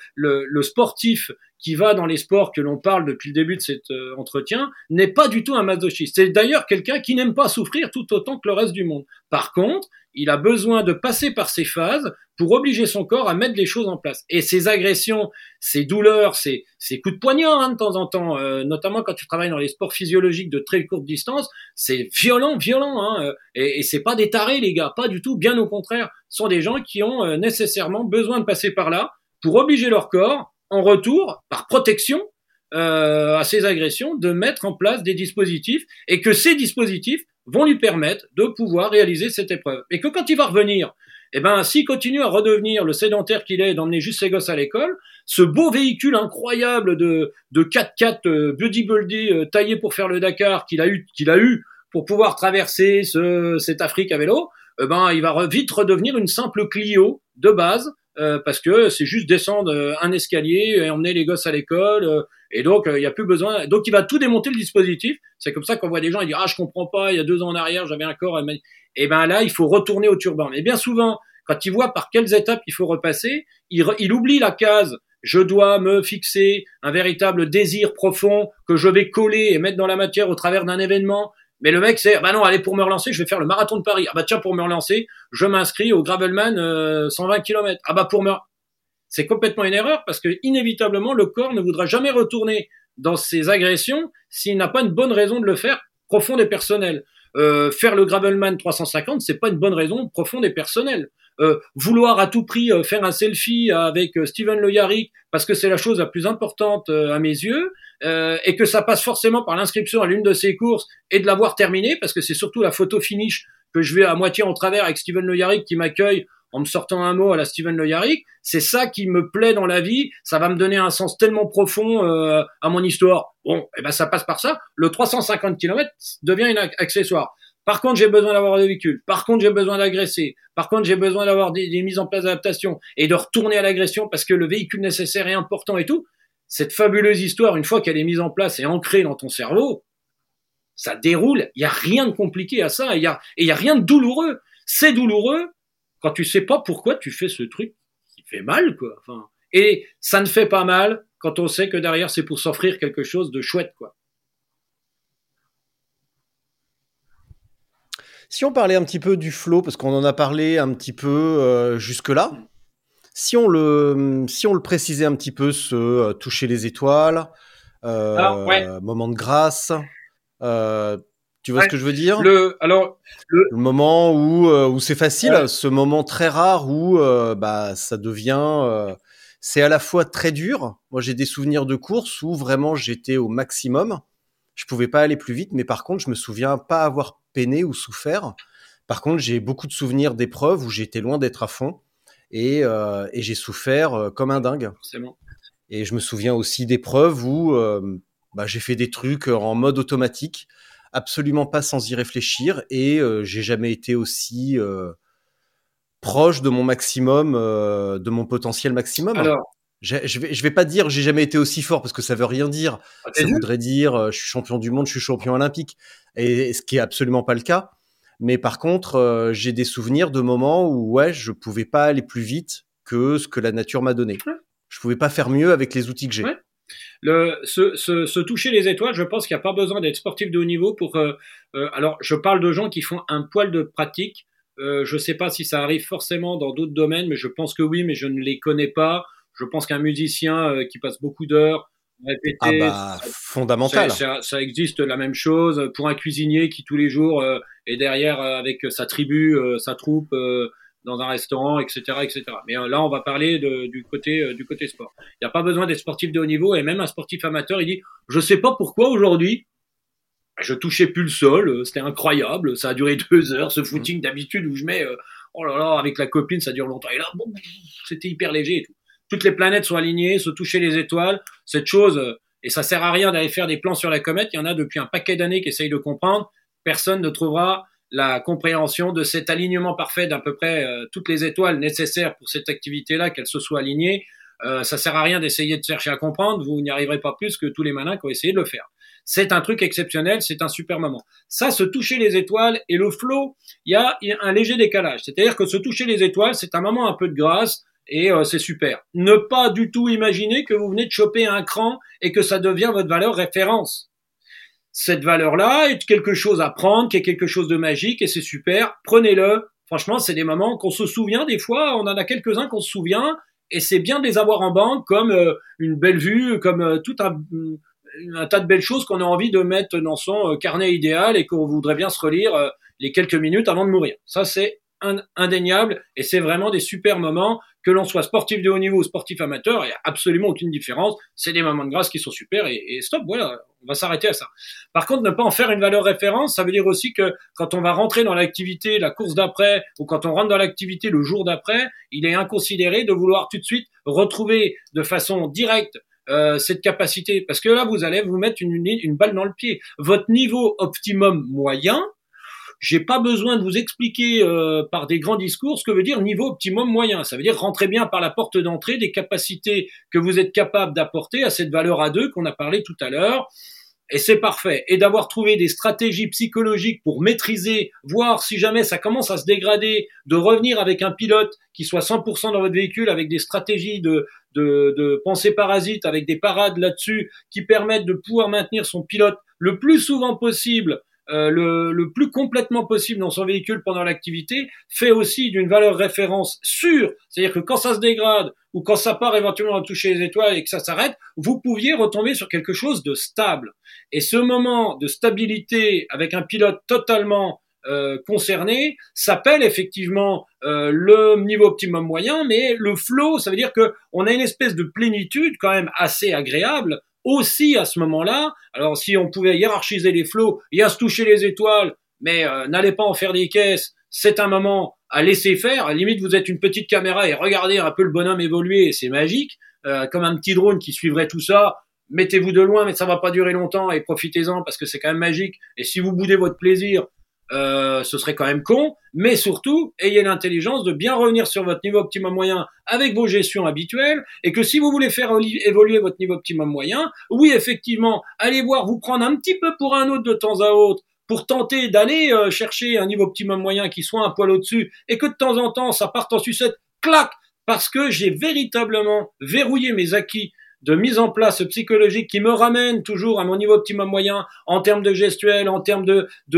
Le sportif qui va dans les sports que l'on parle depuis le début de cet entretien n'est pas du tout un masochiste. C'est d'ailleurs quelqu'un qui n'aime pas souffrir tout autant que le reste du monde. Par contre, il a besoin de passer par ces phases pour obliger son corps à mettre les choses en place. Et ces agressions, ces douleurs, ces coups de poignard de temps en temps, notamment quand tu travailles dans les sports physiologiques de très courte distance, c'est violent, et c'est pas des tarés les gars, pas du tout, bien au contraire, ce sont des gens qui ont nécessairement besoin de passer par là pour obliger leur corps, en retour, par protection à ces agressions, de mettre en place des dispositifs et que ces dispositifs vont lui permettre de pouvoir réaliser cette épreuve. Et que quand il va revenir, s'il continue à redevenir le sédentaire qu'il est, d'emmener juste ses gosses à l'école, ce beau véhicule incroyable de 4x4 bodybuildé taillé pour faire le Dakar qu'il a eu pour pouvoir traverser cette Afrique à vélo, il va vite redevenir une simple Clio de base, parce que c'est juste descendre un escalier et emmener les gosses à l'école, et donc il y a plus besoin. Donc il va tout démonter le dispositif. C'est comme ça qu'on voit des gens, ils disent je comprends pas, il y a 2 ans en arrière j'avais un corps, et là il faut retourner au turban. Mais bien souvent, quand il voit par quelles étapes il faut repasser, il oublie la case. Je dois me fixer un véritable désir profond que je vais coller et mettre dans la matière au travers d'un événement. Mais le mec, c'est, non, allez, pour me relancer, je vais faire le marathon de Paris. Tiens, pour me relancer, je m'inscris au Gravelman 120 km. C'est complètement une erreur parce que, inévitablement, le corps ne voudra jamais retourner dans ses agressions s'il n'a pas une bonne raison de le faire profonde et personnelle. Faire le Gravelman 350, c'est pas une bonne raison profonde et personnelle. Vouloir à tout prix faire un selfie avec Steven Le Yarrick parce que c'est la chose la plus importante à mes yeux, et que ça passe forcément par l'inscription à l'une de ses courses et de l'avoir terminée, parce que c'est surtout la photo finish que je vais à moitié en travers avec Steven Le Yarrick qui m'accueille en me sortant un mot à la Steven Le Yarrick. C'est ça qui me plaît dans la vie, ça va me donner un sens tellement profond à mon histoire. Bon, ça passe par ça. Le 350 km devient un accessoire. Par contre, j'ai besoin d'avoir des véhicules. Par contre, j'ai besoin d'agresser. Par contre, j'ai besoin d'avoir des mises en place d'adaptation et de retourner à l'agression parce que le véhicule nécessaire est important et tout. Cette fabuleuse histoire, une fois qu'elle est mise en place et ancrée dans ton cerveau, ça déroule. Il y a rien de compliqué à ça. Il y a rien de douloureux. C'est douloureux quand tu sais pas pourquoi tu fais ce truc qui fait mal, quoi. Et ça ne fait pas mal quand on sait que derrière, c'est pour s'offrir quelque chose de chouette, quoi. Si on parlait un petit peu du flow, parce qu'on en a parlé un petit peu jusque-là, si on le précisait un petit peu, toucher les étoiles, moment de grâce, tu vois ce que je veux dire ? Le moment où c'est facile, ce moment très rare où ça devient... c'est à la fois très dur. Moi, j'ai des souvenirs de courses où vraiment j'étais au maximum. Je pouvais pas aller plus vite, mais par contre, je me souviens pas avoir peiné ou souffert. Par contre, j'ai beaucoup de souvenirs d'épreuves où j'étais loin d'être à fond et j'ai souffert comme un dingue. Forcément. Et je me souviens aussi d'épreuves où j'ai fait des trucs en mode automatique absolument pas sans y réfléchir, et j'ai jamais été aussi proche de mon maximum, de mon potentiel maximum. Alors, Je vais pas dire j'ai jamais été aussi fort parce que ça veut rien dire. t'as Ça vu? voudrait dire je suis champion du monde, je suis champion olympique, et ce qui est absolument pas le cas. Mais par contre, j'ai des souvenirs de moments où ouais, je pouvais pas aller plus vite que ce que la nature m'a donné. Ouais. Je pouvais pas faire mieux avec les outils que j'ai. Ouais. Se toucher les étoiles, je pense qu'il n'y a pas besoin d'être sportif de haut niveau pour. Alors, je parle de gens qui font un poil de pratique. Je ne sais pas si ça arrive forcément dans d'autres domaines, mais je pense que oui, mais je ne les connais pas. Je pense qu'un musicien qui passe beaucoup d'heures à Ah répéter, bah fondamental. ça existe la même chose pour un cuisinier qui tous les jours est derrière avec sa tribu, sa troupe dans un restaurant, etc., etc. Mais là, on va parler du côté sport. Il n'y a pas besoin d'être sportif de haut niveau, et même un sportif amateur, il dit, je sais pas pourquoi aujourd'hui, je touchais plus le sol, c'était incroyable, ça a duré 2 heures, ce footing d'habitude où je mets, oh là là, avec la copine, ça dure longtemps, et là, bon, c'était hyper léger et tout. Toutes les planètes sont alignées, se toucher les étoiles, cette chose, et ça sert à rien d'aller faire des plans sur la comète, il y en a depuis un paquet d'années qui essayent de comprendre, personne ne trouvera la compréhension de cet alignement parfait d'à peu près toutes les étoiles nécessaires pour cette activité-là, qu'elles se soient alignées. Ça sert à rien d'essayer de chercher à comprendre, vous n'y arriverez pas plus que tous les malins qui ont essayé de le faire. C'est un truc exceptionnel, c'est un super moment. Ça, se toucher les étoiles et le flow, il y a un léger décalage. C'est-à-dire que se toucher les étoiles, c'est un moment un peu de grâce, et c'est super. Ne pas du tout imaginer que vous venez de choper un cran et que ça devient votre valeur référence. Cette valeur-là est quelque chose à prendre, qui est quelque chose de magique, et c'est super. Prenez-le. Franchement, c'est des moments qu'on se souvient des fois. On en a quelques-uns qu'on se souvient, et c'est bien de les avoir en banque, comme une belle vue, comme tout un tas de belles choses qu'on a envie de mettre dans son carnet idéal et qu'on voudrait bien se relire les quelques minutes avant de mourir. Ça, c'est indéniable, et c'est vraiment des super moments, que l'on soit sportif de haut niveau ou sportif amateur, il n'y a absolument aucune différence, c'est des moments de grâce qui sont super, et stop, voilà, on va s'arrêter à ça. Par contre, ne pas en faire une valeur référence, ça veut dire aussi que quand on va rentrer dans l'activité la course d'après, ou quand on rentre dans l'activité le jour d'après, il est inconsidéré de vouloir tout de suite retrouver de façon directe cette capacité, parce que là, vous allez vous mettre une balle dans le pied. Votre niveau optimum moyen, j'ai pas besoin de vous expliquer par des grands discours ce que veut dire niveau optimum moyen. Ça veut dire rentrer bien par la porte d'entrée des capacités que vous êtes capable d'apporter à cette valeur A2 qu'on a parlé tout à l'heure. Et c'est parfait. Et d'avoir trouvé des stratégies psychologiques pour maîtriser, voir si jamais ça commence à se dégrader, de revenir avec un pilote qui soit 100% dans votre véhicule, avec des stratégies de pensée parasite, avec des parades là-dessus qui permettent de pouvoir maintenir son pilote le plus souvent possible, le plus complètement possible dans son véhicule pendant l'activité, fait aussi d'une valeur référence sûre. C'est-à-dire que quand ça se dégrade ou quand ça part éventuellement à toucher les étoiles et que ça s'arrête, vous pouviez retomber sur quelque chose de stable. Et ce moment de stabilité avec un pilote totalement concerné s'appelle effectivement le niveau optimum moyen, mais le flow, ça veut dire que on a une espèce de plénitude quand même assez agréable aussi à ce moment-là. Alors si on pouvait hiérarchiser les flows et à se toucher les étoiles, mais n'allez pas en faire des caisses, c'est un moment à laisser faire. À la limite, vous êtes une petite caméra et regardez un peu le bonhomme évoluer, et c'est magique, comme un petit drone qui suivrait tout ça. Mettez-vous de loin, mais ça va pas durer longtemps, et profitez-en parce que c'est quand même magique. Et si vous boudez votre plaisir, ce serait quand même con. Mais surtout, ayez l'intelligence de bien revenir sur votre niveau optimum moyen avec vos gestions habituelles, et que si vous voulez faire évoluer votre niveau optimum moyen, oui, effectivement, allez voir, vous prendre un petit peu pour un autre de temps à autre, pour tenter d'aller chercher un niveau optimum moyen qui soit un poil au-dessus, et que de temps en temps, ça parte en sucette, clac, parce que j'ai véritablement verrouillé mes acquis de mise en place psychologique qui me ramène toujours à mon niveau optimum moyen en termes de gestuelle, en termes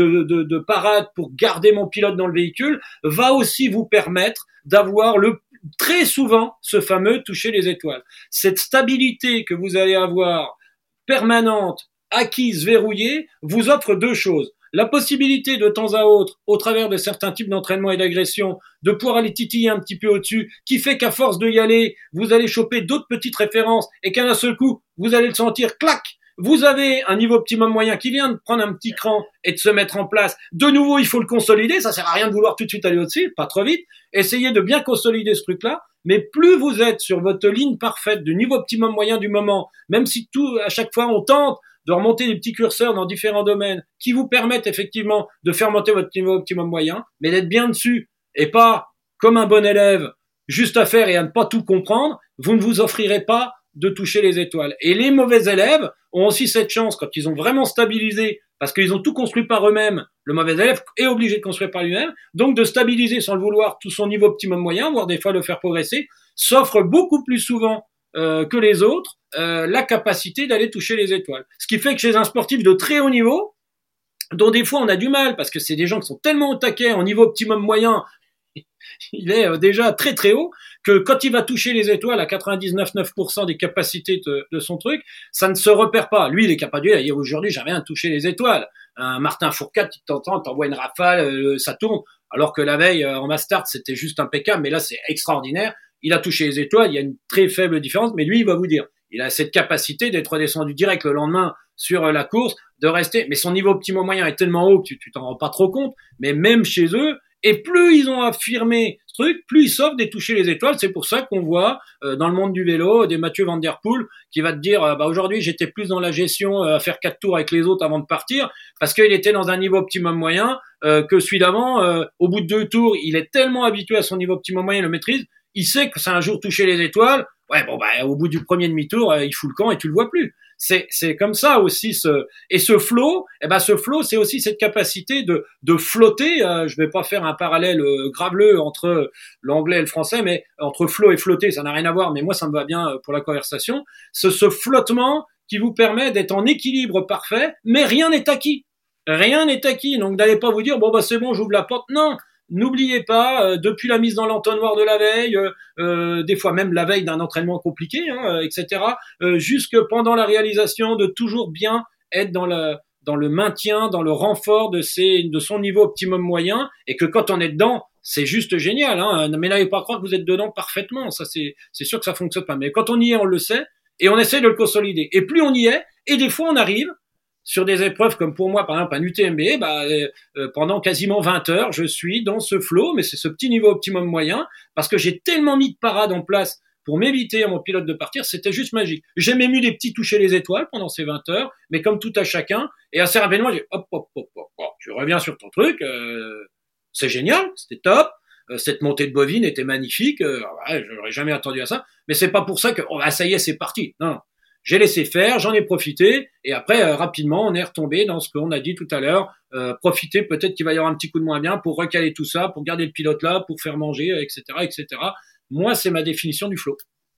de parade pour garder mon pilote dans le véhicule, va aussi vous permettre d'avoir très souvent ce fameux toucher les étoiles. Cette stabilité que vous allez avoir permanente, acquise, verrouillée, vous offre deux choses. La possibilité de temps à autre, au travers de certains types d'entraînement et d'agression, de pouvoir aller titiller un petit peu au-dessus, qui fait qu'à force de y aller, vous allez choper d'autres petites références et qu'à un seul coup, vous allez le sentir, clac, vous avez un niveau optimum moyen qui vient de prendre un petit cran et de se mettre en place. De nouveau, il faut le consolider, ça sert à rien de vouloir tout de suite aller au-dessus, pas trop vite. Essayez de bien consolider ce truc-là, mais plus vous êtes sur votre ligne parfaite du niveau optimum moyen du moment, même si à chaque fois on tente de remonter des petits curseurs dans différents domaines qui vous permettent effectivement de faire monter votre niveau optimum moyen, mais d'être bien dessus et pas comme un bon élève, juste à faire et à ne pas tout comprendre, vous ne vous offrirez pas de toucher les étoiles. Et les mauvais élèves ont aussi cette chance, quand ils ont vraiment stabilisé, parce qu'ils ont tout construit par eux-mêmes, le mauvais élève est obligé de construire par lui-même, donc de stabiliser sans le vouloir tout son niveau optimum moyen, voire des fois le faire progresser, s'offre beaucoup plus souvent que les autres la capacité d'aller toucher les étoiles. Ce qui fait que chez un sportif de très haut niveau, dont des fois on a du mal, parce que c'est des gens qui sont tellement au taquet en niveau optimum moyen, il est déjà très très haut, que quand il va toucher les étoiles à 99,9% des capacités de son truc, ça ne se repère pas. Lui, il est capable de dire, aujourd'hui, j'ai rien touché les étoiles. Un Martin Fourcade, tu t'envoie une rafale, ça tourne, alors que la veille, en Mastart, c'était juste impeccable, mais là, c'est extraordinaire. Il a touché les étoiles, il y a une très faible différence, mais lui, il va vous dire, il a cette capacité d'être descendu direct le lendemain sur la course, de rester, mais son niveau optimum moyen est tellement haut que tu t'en rends pas trop compte, mais même chez eux, et plus ils ont affirmé ce truc, plus ils s'offrent des toucher les étoiles. C'est pour ça qu'on voit dans le monde du vélo des Mathieu Van Der Poel qui va te dire aujourd'hui j'étais plus dans la gestion à faire 4 tours avec les autres avant de partir parce qu'il était dans un niveau optimum moyen que celui d'avant au bout de 2 tours il est tellement habitué à son niveau optimum moyen, il le maîtrise, il sait que c'est un jour toucher les étoiles. Ouais au bout du premier demi-tour il fout le camp et tu le vois plus. C'est comme ça aussi ce flow, ce flow c'est aussi cette capacité de flotter, je vais pas faire un parallèle graveleux entre l'anglais et le français, mais entre flow et flotter, ça n'a rien à voir, mais moi ça me va bien pour la conversation, ce flottement qui vous permet d'être en équilibre parfait, mais rien n'est acquis. Rien n'est acquis, donc n'allez pas vous dire c'est bon, j'ouvre la porte. Non, n'oubliez pas, depuis la mise dans l'entonnoir de la veille, des fois même la veille d'un entraînement compliqué, etc., jusque pendant la réalisation, de toujours bien être dans le maintien, dans le renfort de son niveau optimum moyen, et que quand on est dedans, c'est juste génial, mais n'allez pas croire que vous êtes dedans parfaitement, ça c'est sûr que ça fonctionne pas, mais quand on y est, on le sait, et on essaie de le consolider, et plus on y est, et des fois on arrive, sur des épreuves comme pour moi, par exemple, un UTMB, pendant quasiment 20 heures, je suis dans ce flow, mais c'est ce petit niveau optimum moyen, parce que j'ai tellement mis de parades en place pour m'éviter à mon pilote de partir, c'était juste magique. J'ai même eu des petits toucher les étoiles pendant ces 20 heures, mais comme tout à chacun, et assez rapidement, j'ai hop, tu reviens sur ton truc, c'est génial, c'était top, cette montée de bovine était magnifique, j'aurais jamais attendu à ça, mais c'est pas pour ça que, ça y est, c'est parti. Non. J'ai laissé faire, j'en ai profité, et après, rapidement, on est retombé dans ce qu'on a dit tout à l'heure, profiter, peut-être qu'il va y avoir un petit coup de moins bien pour recaler tout ça, pour garder le pilote là, pour faire manger, etc., etc. Moi, c'est ma définition du flow.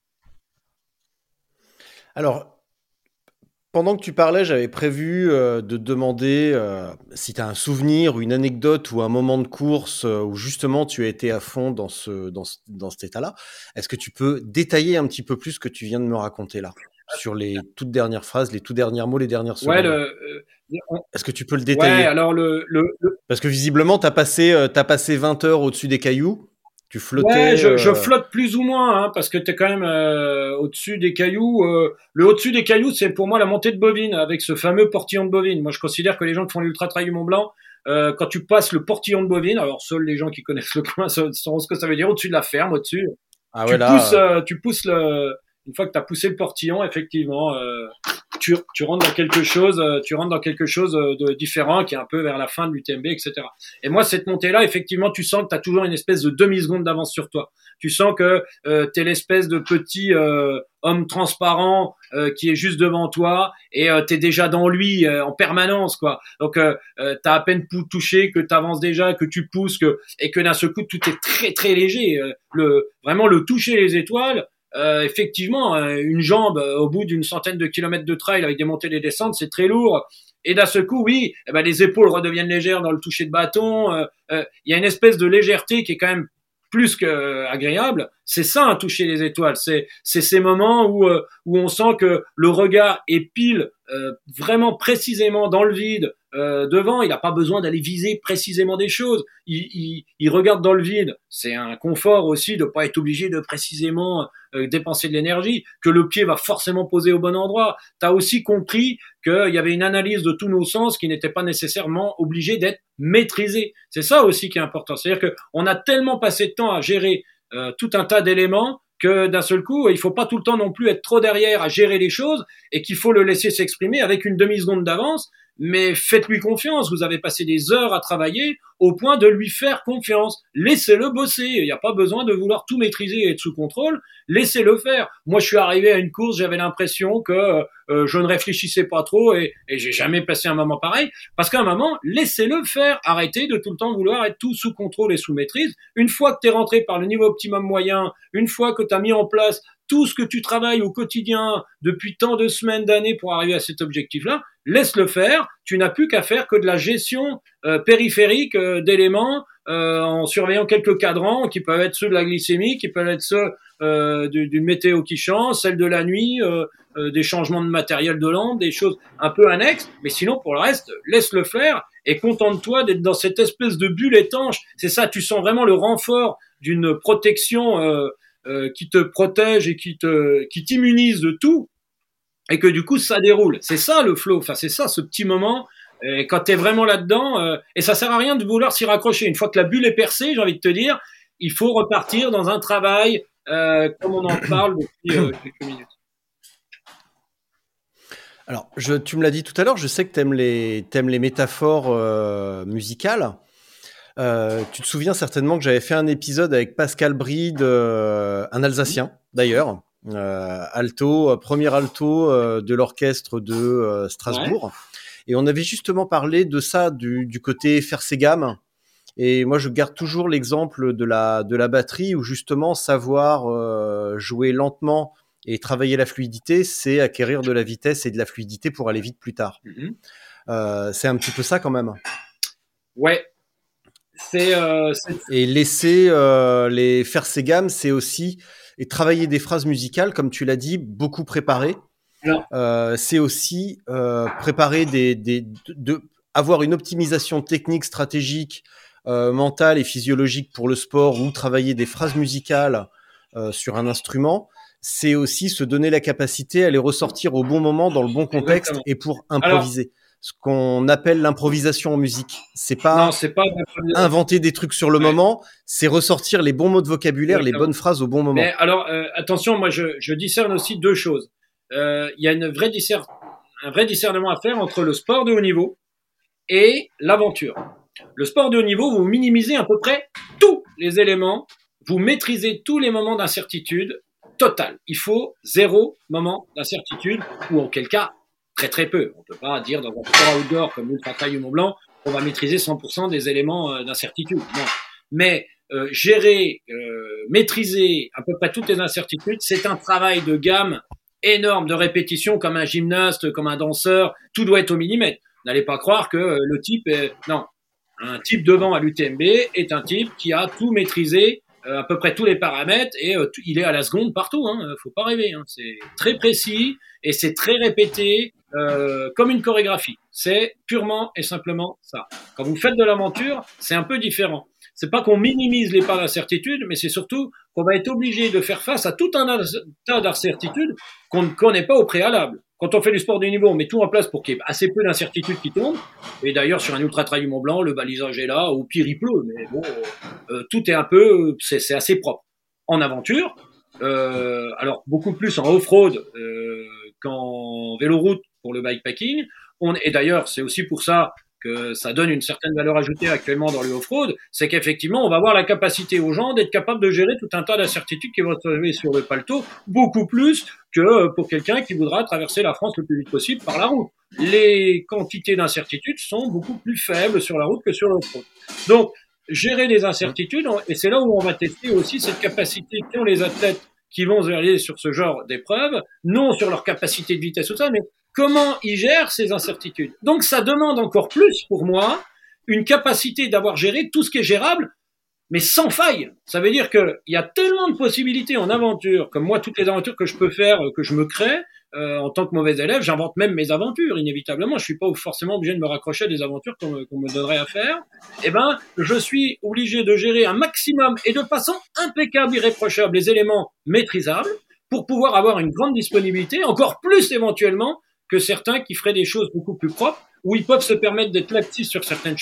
Alors, pendant que tu parlais, j'avais prévu de te demander si tu as un souvenir ou une anecdote ou un moment de course où justement tu as été à fond dans cet état-là. Est-ce que tu peux détailler un petit peu plus ce que tu viens de me raconter là, sur les toutes dernières phrases, les tout derniers mots, les dernières secondes? Est-ce que tu peux le détailler? Ouais, alors Parce que visiblement, t'as passé 20 heures au-dessus des cailloux. Tu flottais. Ouais, je flotte plus ou moins, parce que t'es quand même au-dessus des cailloux. Le au-dessus des cailloux, c'est pour moi la montée de bovine, avec ce fameux portillon de bovine. Moi, je considère que les gens qui font l'ultra trail du Mont Blanc, quand tu passes le portillon de bovine, alors seuls les gens qui connaissent le coin sauront ce que ça veut dire, au-dessus de la ferme, au-dessus. Ah ouais, tu pousses une fois que t'as poussé le portillon, effectivement, tu rentres dans quelque chose, de différent qui est un peu vers la fin de l'UTMB, etc. Et moi, cette montée-là, effectivement, tu sens que tu as toujours une espèce de demi-seconde d'avance sur toi. Tu sens que t'es l'espèce de petit homme transparent qui est juste devant toi et t'es déjà dans lui en permanence, quoi. Donc t'as à peine touché que t'avances déjà, que tu pousses, et que d'un seul coup tout est très très léger. Vraiment le toucher les étoiles. Effectivement, une jambe au bout d'une centaine de kilomètres de trail avec des montées et des descentes, c'est très lourd. Et d'un seul coup, oui, les épaules redeviennent légères dans le toucher de bâton. Il y a une espèce de légèreté qui est quand même plus que agréable. C'est ça, un toucher les étoiles. C'est ces moments où on sent que le regard est pile vraiment précisément dans le vide devant. Il n'a pas besoin d'aller viser précisément des choses. Il regarde dans le vide. C'est un confort aussi de pas être obligé de précisément dépenser de l'énergie, que le pied va forcément poser au bon endroit. Tu as aussi compris qu'il y avait une analyse de tous nos sens qui n'était pas nécessairement obligée d'être maîtrisée. C'est ça aussi qui est important. C'est-à-dire qu'on a tellement passé de temps à gérer tout un tas d'éléments que d'un seul coup, il faut pas tout le temps non plus être trop derrière à gérer les choses et qu'il faut le laisser s'exprimer avec une demi-seconde d'avance. Mais faites-lui confiance. Vous avez passé des heures à travailler au point de lui faire confiance. Laissez-le bosser. Il n'y a pas besoin de vouloir tout maîtriser et être sous contrôle. Laissez-le faire. Moi, je suis arrivé à une course, j'avais l'impression que je ne réfléchissais pas trop et j'ai jamais passé un moment pareil. Parce qu'à un moment, laissez-le faire. Arrêtez de tout le temps vouloir être tout sous contrôle et sous maîtrise. Une fois que tu es rentré par le niveau optimum moyen, une fois que tu as mis en place tout ce que tu travailles au quotidien depuis tant de semaines, d'années pour arriver à cet objectif-là, laisse-le faire. Tu n'as plus qu'à faire que de la gestion périphérique d'éléments en surveillant quelques cadrans qui peuvent être ceux de la glycémie, qui peuvent être ceux du météo qui change, celle de la nuit, des changements de matériel de lampe, des choses un peu annexes. Mais sinon, pour le reste, laisse-le faire et contente-toi d'être dans cette espèce de bulle étanche. C'est ça, tu sens vraiment le renfort d'une protection qui te protège et qui t'immunise de tout. Et que du coup, ça déroule. C'est ça le flow. Enfin, c'est ça, ce petit moment. Et quand t'es vraiment là-dedans, et ça sert à rien de vouloir s'y raccrocher. Une fois que la bulle est percée, j'ai envie de te dire, il faut repartir dans un travail, comme on en parle depuis quelques minutes. Alors, tu me l'as dit tout à l'heure, je sais que t'aimes les métaphores musicales. Tu te souviens certainement que j'avais fait un épisode avec Pascal Bride, un Alsacien d'ailleurs. Premier alto de l'orchestre de Strasbourg. Ouais. Et on avait justement parlé de ça, du côté faire ses gammes. Et moi, je garde toujours l'exemple de la batterie où justement savoir jouer lentement et travailler la fluidité, c'est acquérir de la vitesse et de la fluidité pour aller vite plus tard. C'est un petit peu ça quand même. Ouais. Et laisser faire ses gammes, c'est aussi et travailler des phrases musicales, comme tu l'as dit, beaucoup préparer. C'est aussi préparer avoir une optimisation technique, stratégique, mentale et physiologique pour le sport ou travailler des phrases musicales sur un instrument. C'est aussi se donner la capacité à les ressortir au bon moment, dans le bon contexte. Exactement. Et pour improviser. Alors, ce qu'on appelle l'improvisation en musique. C'est pas inventer des trucs sur le moment, c'est ressortir les bons mots de vocabulaire, exactement. Les bonnes phrases au bon moment. Mais alors, attention, moi je discerne aussi deux choses. Il y a un vrai discernement à faire entre le sport de haut niveau et l'aventure. Le sport de haut niveau, vous minimisez à peu près tous les éléments, vous maîtrisez tous les moments d'incertitude totale. Il faut 0 moment d'incertitude, ou en quel cas, très très peu. On ne peut pas dire dans un sport outdoor comme l'Ultra Trail ou Mont Blanc, on va maîtriser 100% des éléments d'incertitude. Non. Mais gérer, maîtriser à peu près toutes les incertitudes, c'est un travail de gamme énorme, de répétition, comme un gymnaste, comme un danseur, tout doit être au millimètre. N'allez pas croire que le type non. Un type devant à l'UTMB est un type qui a tout maîtrisé, à peu près tous les paramètres, et il est à la seconde partout, hein. Faut pas rêver, hein. C'est très précis et c'est très répété, comme une chorégraphie. C'est purement et simplement ça. Quand vous faites de l'aventure, c'est un peu différent. C'est pas qu'on minimise les pas d'incertitude, mais c'est surtout qu'on va être obligé de faire face à tout un tas d'incertitudes qu'on ne connaît pas au préalable. Quand on fait du sport de niveau, on met tout en place pour qu'il y ait assez peu d'incertitudes qui tombent. Et d'ailleurs, sur un ultra trail du Mont Blanc, le balisage est là, au pire il pleut, mais bon, tout est un peu, c'est assez propre. En aventure, alors beaucoup plus en off-road qu'en véloroute pour le bikepacking. Et d'ailleurs, c'est aussi pour ça que ça donne une certaine valeur ajoutée actuellement dans le off-road, c'est qu'effectivement, on va avoir la capacité aux gens d'être capables de gérer tout un tas d'incertitudes qui vont se trouver sur le paletot, beaucoup plus que pour quelqu'un qui voudra traverser la France le plus vite possible par la route. Les quantités d'incertitudes sont beaucoup plus faibles sur la route que sur l'off-road. Donc, gérer les incertitudes, et c'est là où on va tester aussi cette capacité qu'ont les athlètes qui vont aller sur ce genre d'épreuves, non sur leur capacité de vitesse ou ça, mais comment ils gèrent ces incertitudes. Donc ça demande encore plus pour moi une capacité d'avoir géré tout ce qui est gérable, mais sans faille. Ça veut dire qu'il y a tellement de possibilités en aventure, comme moi toutes les aventures que je peux faire, que je me crée, en tant que mauvais élève, j'invente même mes aventures, inévitablement. Je suis pas forcément obligé de me raccrocher à des aventures qu'on me donnerait à faire. Eh ben, je suis obligé de gérer un maximum et de façon impeccable, irréprochable, les éléments maîtrisables pour pouvoir avoir une grande disponibilité, encore plus éventuellement que certains qui feraient des choses beaucoup plus propres, où ils peuvent se permettre d'être laxistes sur certaines choses,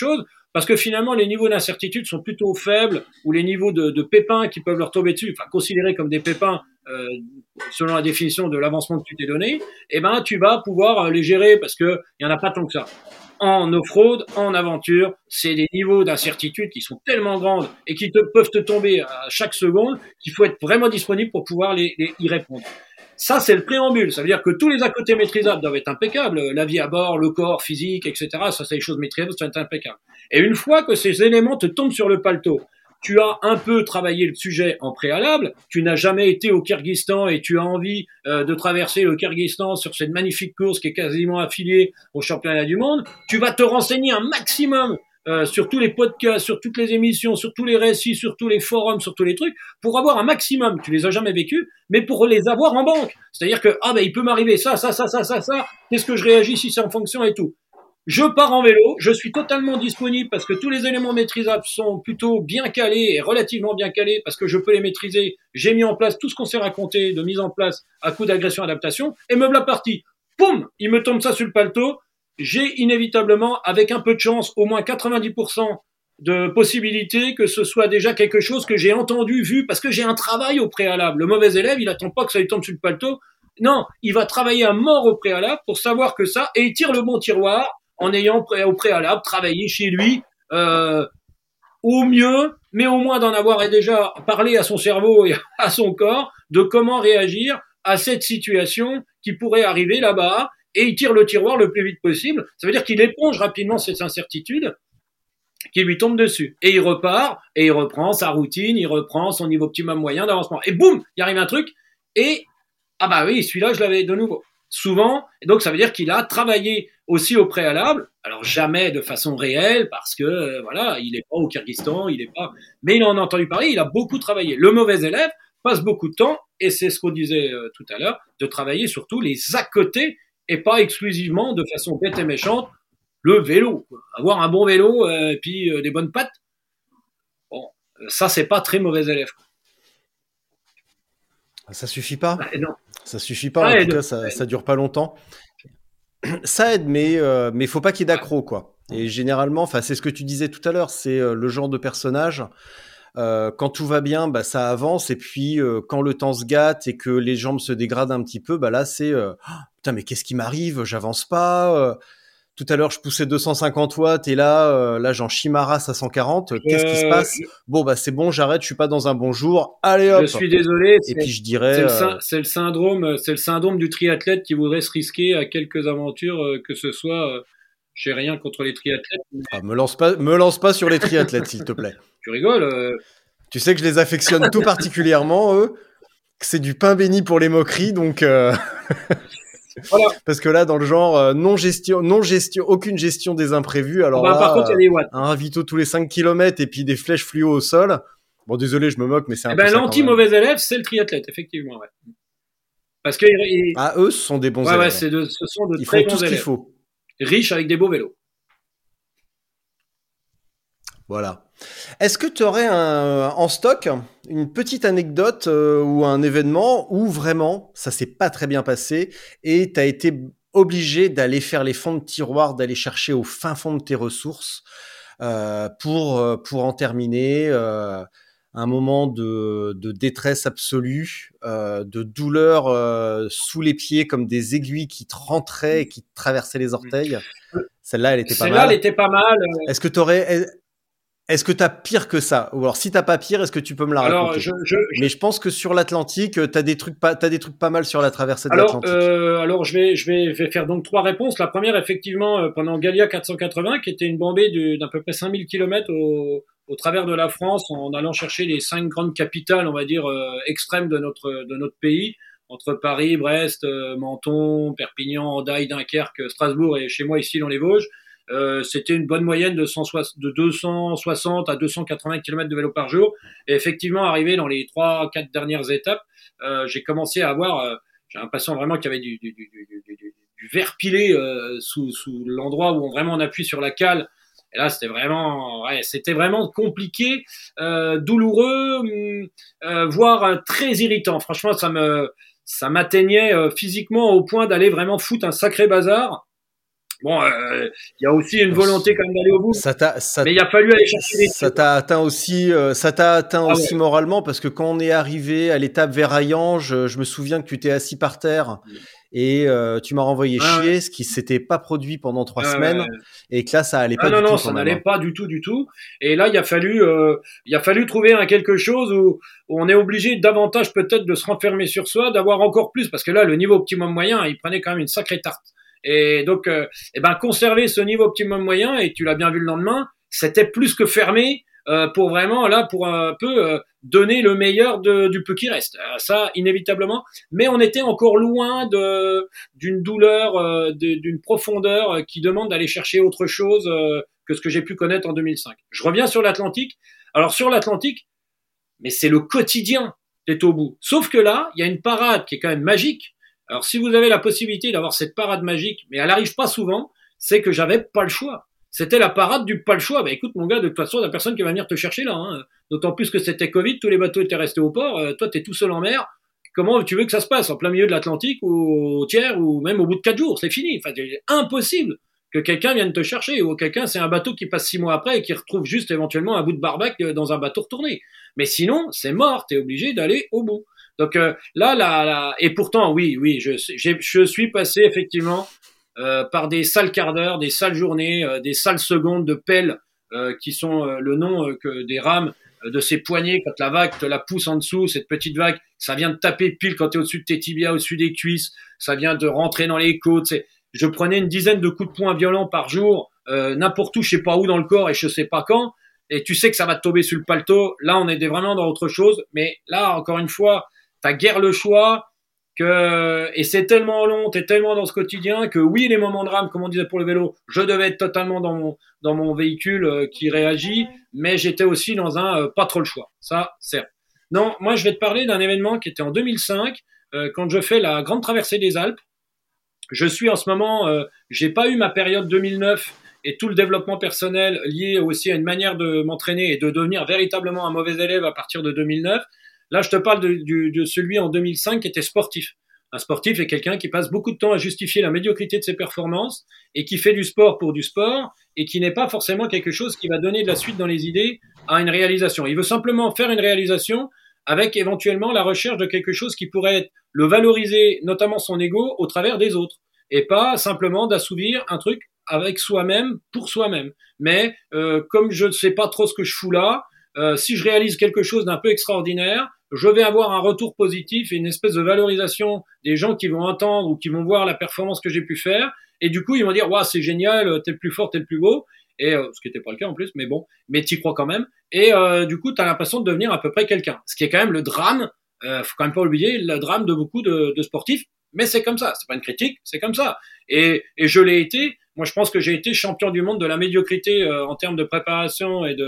parce que finalement, les niveaux d'incertitude sont plutôt faibles, ou les niveaux de pépins qui peuvent leur tomber dessus, enfin, considérés comme des pépins, selon la définition de l'avancement que tu t'es donné, eh ben, tu vas pouvoir les gérer, parce que il y en a pas tant que ça. En off-road, en aventure, c'est des niveaux d'incertitude qui sont tellement grandes et qui peuvent te tomber à chaque seconde qu'il faut être vraiment disponible pour pouvoir y répondre. Ça, c'est le préambule. Ça veut dire que tous les à côté maîtrisables doivent être impeccables. La vie à bord, le corps, physique, etc. Ça, c'est des choses maîtrisables, ça doit être impeccable. Et une fois que ces éléments te tombent sur le paletot, tu as un peu travaillé le sujet en préalable, tu n'as jamais été au Kyrgyzstan et tu as envie de traverser le Kyrgyzstan sur cette magnifique course qui est quasiment affiliée au championnat du monde, tu vas te renseigner un maximum sur tous les podcasts, sur toutes les émissions, sur tous les récits, sur tous les forums, sur tous les trucs, pour avoir un maximum, tu les as jamais vécus, mais pour les avoir en banque. C'est-à-dire que, il peut m'arriver ça, qu'est-ce que je réagis si c'est en fonction et tout. Je pars en vélo, je suis totalement disponible parce que tous les éléments maîtrisables sont plutôt bien calés et relativement bien calés parce que je peux les maîtriser. J'ai mis en place tout ce qu'on s'est raconté de mise en place à coup d'agression-adaptation et me voilà parti. Poum, il me tombe ça sur le paletot. J'ai inévitablement, avec un peu de chance, au moins 90% de possibilités que ce soit déjà quelque chose que j'ai entendu, vu, parce que j'ai un travail au préalable. Le mauvais élève, il attend pas que ça lui tombe sur le paletot. Non, il va travailler à mort au préalable pour savoir que ça, et il tire le bon tiroir en ayant au préalable travaillé chez lui, au mieux, mais au moins d'en avoir déjà parlé à son cerveau et à son corps de comment réagir à cette situation qui pourrait arriver là-bas, et il tire le tiroir le plus vite possible. Ça veut dire qu'il éponge rapidement cette incertitude qui lui tombe dessus. Et il repart, et il reprend sa routine, il reprend son niveau optimum moyen d'avancement. Et boum, il arrive un truc, et oui, celui-là, je l'avais de nouveau. Souvent, et donc ça veut dire qu'il a travaillé aussi au préalable, alors jamais de façon réelle, parce que il est pas au Kyrgyzstan, mais il en a entendu parler, il a beaucoup travaillé. Le mauvais élève passe beaucoup de temps, et c'est ce qu'on disait tout à l'heure, de travailler surtout les à côté, et pas exclusivement de façon bête et méchante, le vélo. Avoir un bon vélo, et puis des bonnes pattes, bon, ça c'est pas très mauvais élève. Ça suffit pas. Non. Ça suffit pas, en tout cas, ça dure pas longtemps. Ça aide, mais faut pas qu'il y ait d'accro, quoi. Et généralement, c'est ce que tu disais tout à l'heure, c'est le genre de personnage, quand tout va bien, ça avance, et puis quand le temps se gâte et que les jambes se dégradent un petit peu, là c'est putain, mais qu'est-ce qui m'arrive, j'avance pas. Tout à l'heure, je poussais 250 watts et là, j'en chie ma race à 140. Qu'est-ce qui se passe ? Bon, c'est bon, j'arrête, je suis pas dans un bon jour. Allez hop. Je suis désolé. Et puis je dirais, c'est le syndrome du triathlète qui voudrait se risquer à quelques aventures, que ce soit. J'ai rien contre les triathlètes. Mais... me lance pas sur les triathlètes, s'il te plaît. Tu rigoles. Tu sais que je les affectionne tout particulièrement, eux. Que c'est du pain béni pour les moqueries, donc. Voilà. Parce que là, dans le genre non gestion, aucune gestion des imprévus. Alors par contre, il y a des watts. Un ravito tous les 5 km et puis des flèches fluo au sol. Bon, désolé, je me moque, mais c'est un peu ça. L'anti-mauvais élève, c'est le triathlète, effectivement. Ouais. Parce que eux, ce sont des bons élèves. Ce sont de Ils très font bons tout ce élèves. qu'il faut. Riches avec des beaux vélos. Voilà. Est-ce que tu aurais en stock une petite anecdote ou un événement où vraiment ça s'est pas très bien passé et tu as été obligé d'aller faire les fonds de tiroir, d'aller chercher au fin fond de tes ressources pour en terminer un moment de détresse absolue, de douleur sous les pieds comme des aiguilles qui te rentraient et qui te traversaient les orteils. Celle-là, elle était pas mal. Celle-là, elle était pas mal. Est-ce que t'as pire que ça ? Ou alors, si t'as pas pire, est-ce que tu peux me la raconter ? Mais je pense que sur l'Atlantique, t'as des trucs pas mal sur la traversée de l'Atlantique. Alors, je vais faire donc 3 réponses. La première, effectivement, pendant Gallia 480, qui était une bombée d'à peu près 5000 km au travers de la France, en allant chercher les 5 grandes capitales, on va dire, extrêmes de notre pays, entre Paris, Brest, Menton, Perpignan, Hendaye, Dunkerque, Strasbourg et chez moi ici dans les Vosges. C'était une bonne moyenne de 260 à 280 km de vélo par jour. Et effectivement, arrivé dans les 3-4 dernières étapes, j'ai commencé à avoir, j'ai l'impression vraiment qu'il y avait du verre pilé sous l'endroit où on appuie sur la cale. Et là, c'était vraiment compliqué, douloureux, voire très irritant. Franchement, ça m'atteignait physiquement au point d'aller vraiment foutre un sacré bazar. Bon, il y a aussi une volonté quand même d'aller au bout. Mais il a fallu aller chercher des ça t'a atteint aussi, ouais. moralement parce que quand on est arrivé à l'étape Verraillan, je me souviens que tu t'es assis par terre et tu m'as renvoyé Ouais, ouais. chier, ce qui s'était pas produit pendant 3 Ouais, semaines ouais. et que là, ça allait Ah pas non, du non, tout quand ça même, n'allait hein. pas du tout, du tout. Et là, il a fallu trouver quelque chose où on est obligé davantage peut-être de se renfermer sur soi, d'avoir encore plus, parce que là, le niveau optimum moyen, il prenait quand même une sacrée tarte. Et donc, eh ben, conserver ce niveau optimum moyen, et tu l'as bien vu le lendemain, c'était plus que fermé pour vraiment, là, pour un peu donner le meilleur du peu qui reste. Ça, inévitablement. Mais on était encore loin d'une douleur, d'une profondeur qui demande d'aller chercher autre chose que ce que j'ai pu connaître en 2005. Je reviens sur l'Atlantique. Alors sur l'Atlantique, mais c'est le quotidien d'être au bout. Sauf que là, il y a une parade qui est quand même magique. Alors si vous avez la possibilité d'avoir cette parade magique, mais elle n'arrive pas souvent, c'est que j'avais pas le choix. C'était la parade du pas le choix. Bah écoute mon gars, de toute façon, il n'y a personne qui va venir te chercher là. Hein. D'autant plus que c'était Covid, tous les bateaux étaient restés au port. Toi, t'es tout seul en mer. Comment tu veux que ça se passe en plein milieu de l'Atlantique ou au tiers ou même au bout de 4 jours? C'est fini. Enfin, c'est impossible que quelqu'un vienne te chercher ou quelqu'un, c'est un bateau qui passe 6 mois après et qui retrouve juste éventuellement un bout de barbac dans un bateau retourné. Mais sinon, c'est mort. T'es obligé d'aller au bout. Donc et pourtant, oui, je suis passé effectivement par des sales quarts d'heure, des sales journées, des sales secondes de pelle qui sont le nom que des rames de ces poignets quand la vague te la pousse en dessous, cette petite vague, ça vient de taper pile quand tu es au-dessus de tes tibias, au-dessus des cuisses, ça vient de rentrer dans les côtes. Je prenais une dizaine de coups de poing violents par jour, n'importe où, je sais pas où dans le corps et je sais pas quand, et tu sais que ça va te tomber sur le paletot. Là, on est vraiment dans autre chose, mais là, encore une fois, t'as guère le choix. Et c'est tellement long, t'es tellement dans ce quotidien que oui, les moments de rame, comme on disait pour le vélo, je devais être totalement dans mon véhicule qui réagit, mais j'étais aussi dans un pas trop le choix. Ça, certes. Non, moi, je vais te parler d'un événement qui était en 2005, quand je fais la grande traversée des Alpes. Je suis en ce moment, j'ai pas eu ma période 2009 et tout le développement personnel lié aussi à une manière de m'entraîner et de devenir véritablement un mauvais élève à partir de 2009. Là, je te parle de celui en 2005 qui était sportif. Un sportif est quelqu'un qui passe beaucoup de temps à justifier la médiocrité de ses performances et qui fait du sport pour du sport et qui n'est pas forcément quelque chose qui va donner de la suite dans les idées à une réalisation. Il veut simplement faire une réalisation avec éventuellement la recherche de quelque chose qui pourrait être le valoriser, notamment son ego, au travers des autres. Et pas simplement d'assouvir un truc avec soi-même, pour soi-même. Mais comme je ne sais pas trop ce que je fous là, si je réalise quelque chose d'un peu extraordinaire, je vais avoir un retour positif et une espèce de valorisation des gens qui vont entendre ou qui vont voir la performance que j'ai pu faire. Et du coup, ils vont dire, waouh, c'est génial, t'es le plus fort, t'es le plus beau. Et ce qui n'était pas le cas en plus, mais bon, mais t'y crois quand même. Et du coup, t'as l'impression de devenir à peu près quelqu'un. Ce qui est quand même le drame, faut quand même pas oublier le drame de beaucoup de sportifs. Mais c'est comme ça, c'est pas une critique, c'est comme ça. Et je l'ai été. Moi, je pense que j'ai été champion du monde de la médiocrité en termes de préparation et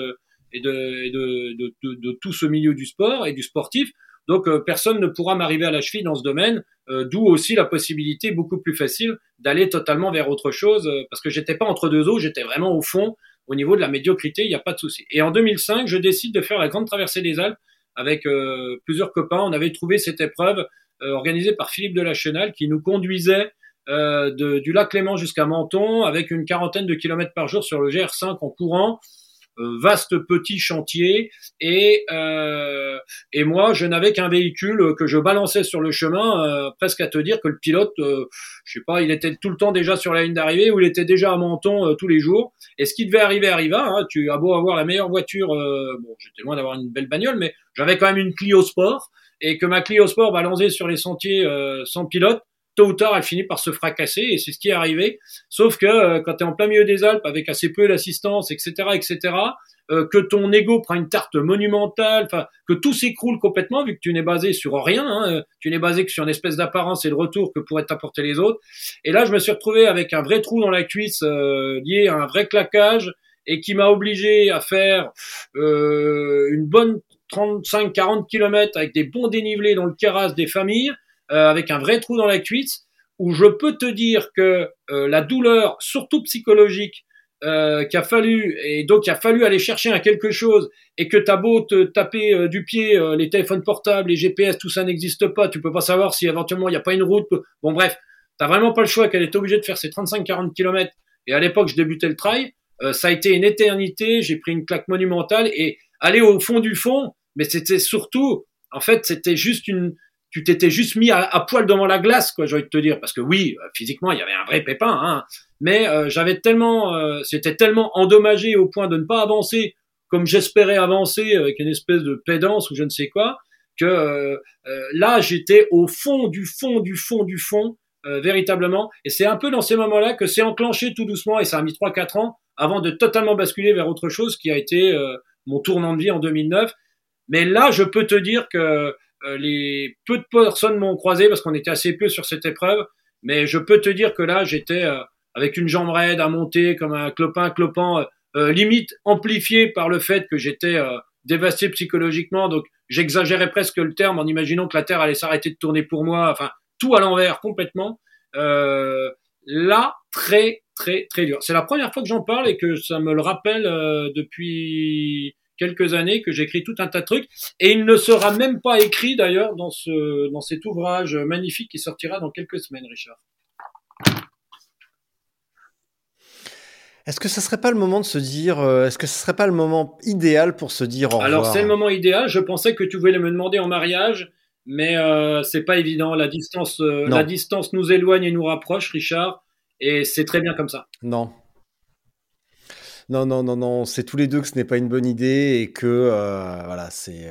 de tout ce milieu du sport et du sportif. Donc personne ne pourra m'arriver à la cheville dans ce domaine, d'où aussi la possibilité beaucoup plus facile d'aller totalement vers autre chose, parce que j'étais pas entre deux eaux, j'étais vraiment au fond, au niveau de la médiocrité, il n'y a pas de souci. Et en 2005, je décide de faire la grande traversée des Alpes avec plusieurs copains. On avait trouvé cette épreuve organisée par Philippe de la Chenal qui nous conduisait du lac Léman jusqu'à Menton avec une quarantaine de kilomètres par jour sur le GR5 en courant. Vaste petit chantier et moi je n'avais qu'un véhicule que je balançais sur le chemin, presque à te dire que le pilote, je sais pas, il était tout le temps déjà sur la ligne d'arrivée ou il était déjà à Menton tous les jours. Et ce qui devait arriver arriva. Hein, tu as beau avoir la meilleure voiture, bon, j'étais loin d'avoir une belle bagnole, mais j'avais quand même une Clio Sport et que ma Clio Sport balancée sur les sentiers sans pilote. Tôt ou tard, elle finit par se fracasser et c'est ce qui est arrivé. Sauf que quand tu es en plein milieu des Alpes avec assez peu d'assistance, etc., que ton ego prend une tarte monumentale, que tout s'écroule complètement vu que tu n'es basé sur rien, hein, tu n'es basé que sur une espèce d'apparence et de retour que pourraient t'apporter les autres. Et là, je me suis retrouvé avec un vrai trou dans la cuisse lié à un vrai claquage et qui m'a obligé à faire une bonne 35-40 kilomètres avec des bons dénivelés dans le Keras des familles, avec un vrai trou dans la cuisse, où je peux te dire que la douleur, surtout psychologique, qu'il a fallu, et donc il a fallu aller chercher quelque chose, et que t'as beau te taper du pied, les téléphones portables, les GPS, tout ça n'existe pas, tu peux pas savoir si éventuellement il n'y a pas une route, bon bref, t'as vraiment pas le choix, qu'elle est obligée de faire ses 35-40 km. Et à l'époque, je débutais le trail. Ça a été une éternité. J'ai pris une claque monumentale et aller au fond du fond. Mais c'était surtout, en fait, tu t'étais juste mis à poil devant la glace, quoi, j'ai envie de te dire. Parce que oui, physiquement, il y avait un vrai pépin, hein. Mais c'était tellement endommagé au point de ne pas avancer comme j'espérais avancer avec une espèce de pédance ou je ne sais quoi, que là, j'étais au fond du fond du fond du fond, véritablement. Et c'est un peu dans ces moments-là que c'est enclenché tout doucement, et ça a mis 3-4 ans avant de totalement basculer vers autre chose qui a été mon tournant de vie en 2009. Mais là, je peux te dire que les peu de personnes m'ont croisé parce qu'on était assez peu sur cette épreuve. Mais je peux te dire que là, j'étais avec une jambe raide à monter comme un clopin, limite amplifié par le fait que j'étais dévasté psychologiquement. Donc, j'exagérais presque le terme en imaginant que la Terre allait s'arrêter de tourner pour moi. Enfin, tout à l'envers, complètement. Là, très, très, très dur. C'est la première fois que j'en parle et que ça me le rappelle depuis quelques années que j'écris tout un tas de trucs. Et il ne sera même pas écrit, d'ailleurs, dans cet ouvrage magnifique qui sortira dans quelques semaines, Richard. Est-ce que ce serait pas le moment de se dire, est-ce que ce serait pas le moment idéal pour se dire au revoir? Alors, c'est le moment idéal. Je pensais que tu voulais me demander en mariage, mais c'est pas évident. La distance nous éloigne et nous rapproche, Richard, et c'est très bien comme ça. Non. Non. C'est tous les deux que ce n'est pas une bonne idée et que voilà,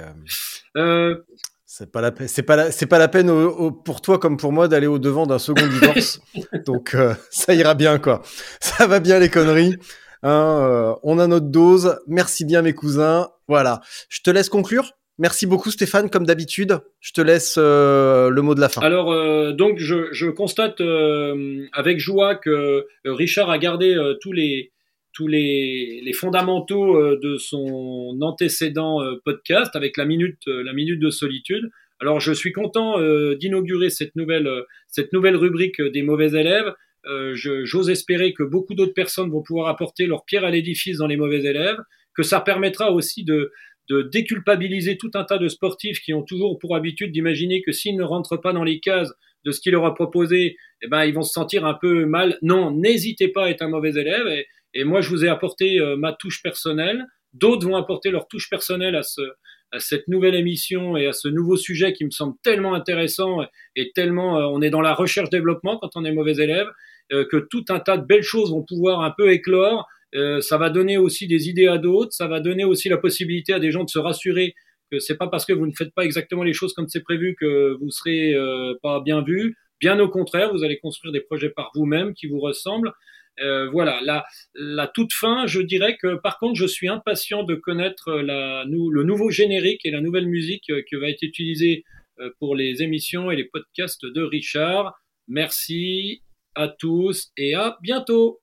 c'est pas la peine pour toi comme pour moi d'aller au devant d'un second divorce. Donc ça ira bien, quoi. Ça va bien, les conneries. On a notre dose. Merci bien, mes cousins. Voilà. Je te laisse conclure. Merci beaucoup, Stéphane, comme d'habitude. Je te laisse le mot de la fin. Alors, donc, je constate avec joie que Richard a gardé tous les fondamentaux de son antécédent podcast avec la minute de solitude. Alors, je suis content d'inaugurer cette nouvelle rubrique des mauvais élèves. J'ose espérer que beaucoup d'autres personnes vont pouvoir apporter leur pierre à l'édifice dans les mauvais élèves, que ça permettra aussi de déculpabiliser tout un tas de sportifs qui ont toujours pour habitude d'imaginer que s'ils ne rentrent pas dans les cases de ce qu'il leur a proposé, eh ben, ils vont se sentir un peu mal. Non, n'hésitez pas à être un mauvais élève. Et moi, je vous ai apporté ma touche personnelle. D'autres vont apporter leur touche personnelle à cette nouvelle émission et à ce nouveau sujet qui me semble tellement intéressant et tellement on est dans la recherche-développement quand on est mauvais élève, que tout un tas de belles choses vont pouvoir un peu éclore. Ça va donner aussi des idées à d'autres, ça va donner aussi la possibilité à des gens de se rassurer que c'est pas parce que vous ne faites pas exactement les choses comme c'est prévu que vous serez pas bien vu. Bien au contraire, vous allez construire des projets par vous-même qui vous ressemblent. Voilà, la toute fin, je dirais que par contre, je suis impatient de connaître le nouveau générique et la nouvelle musique qui va être utilisée pour les émissions et les podcasts de Richard. Merci à tous et à bientôt.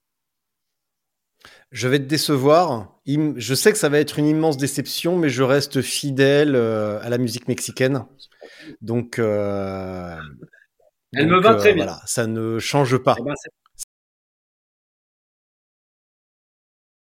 Je vais te décevoir. Je sais que ça va être une immense déception, mais je reste fidèle à la musique mexicaine. Donc, elle me va très bien. Voilà, ça ne change pas. Eh ben,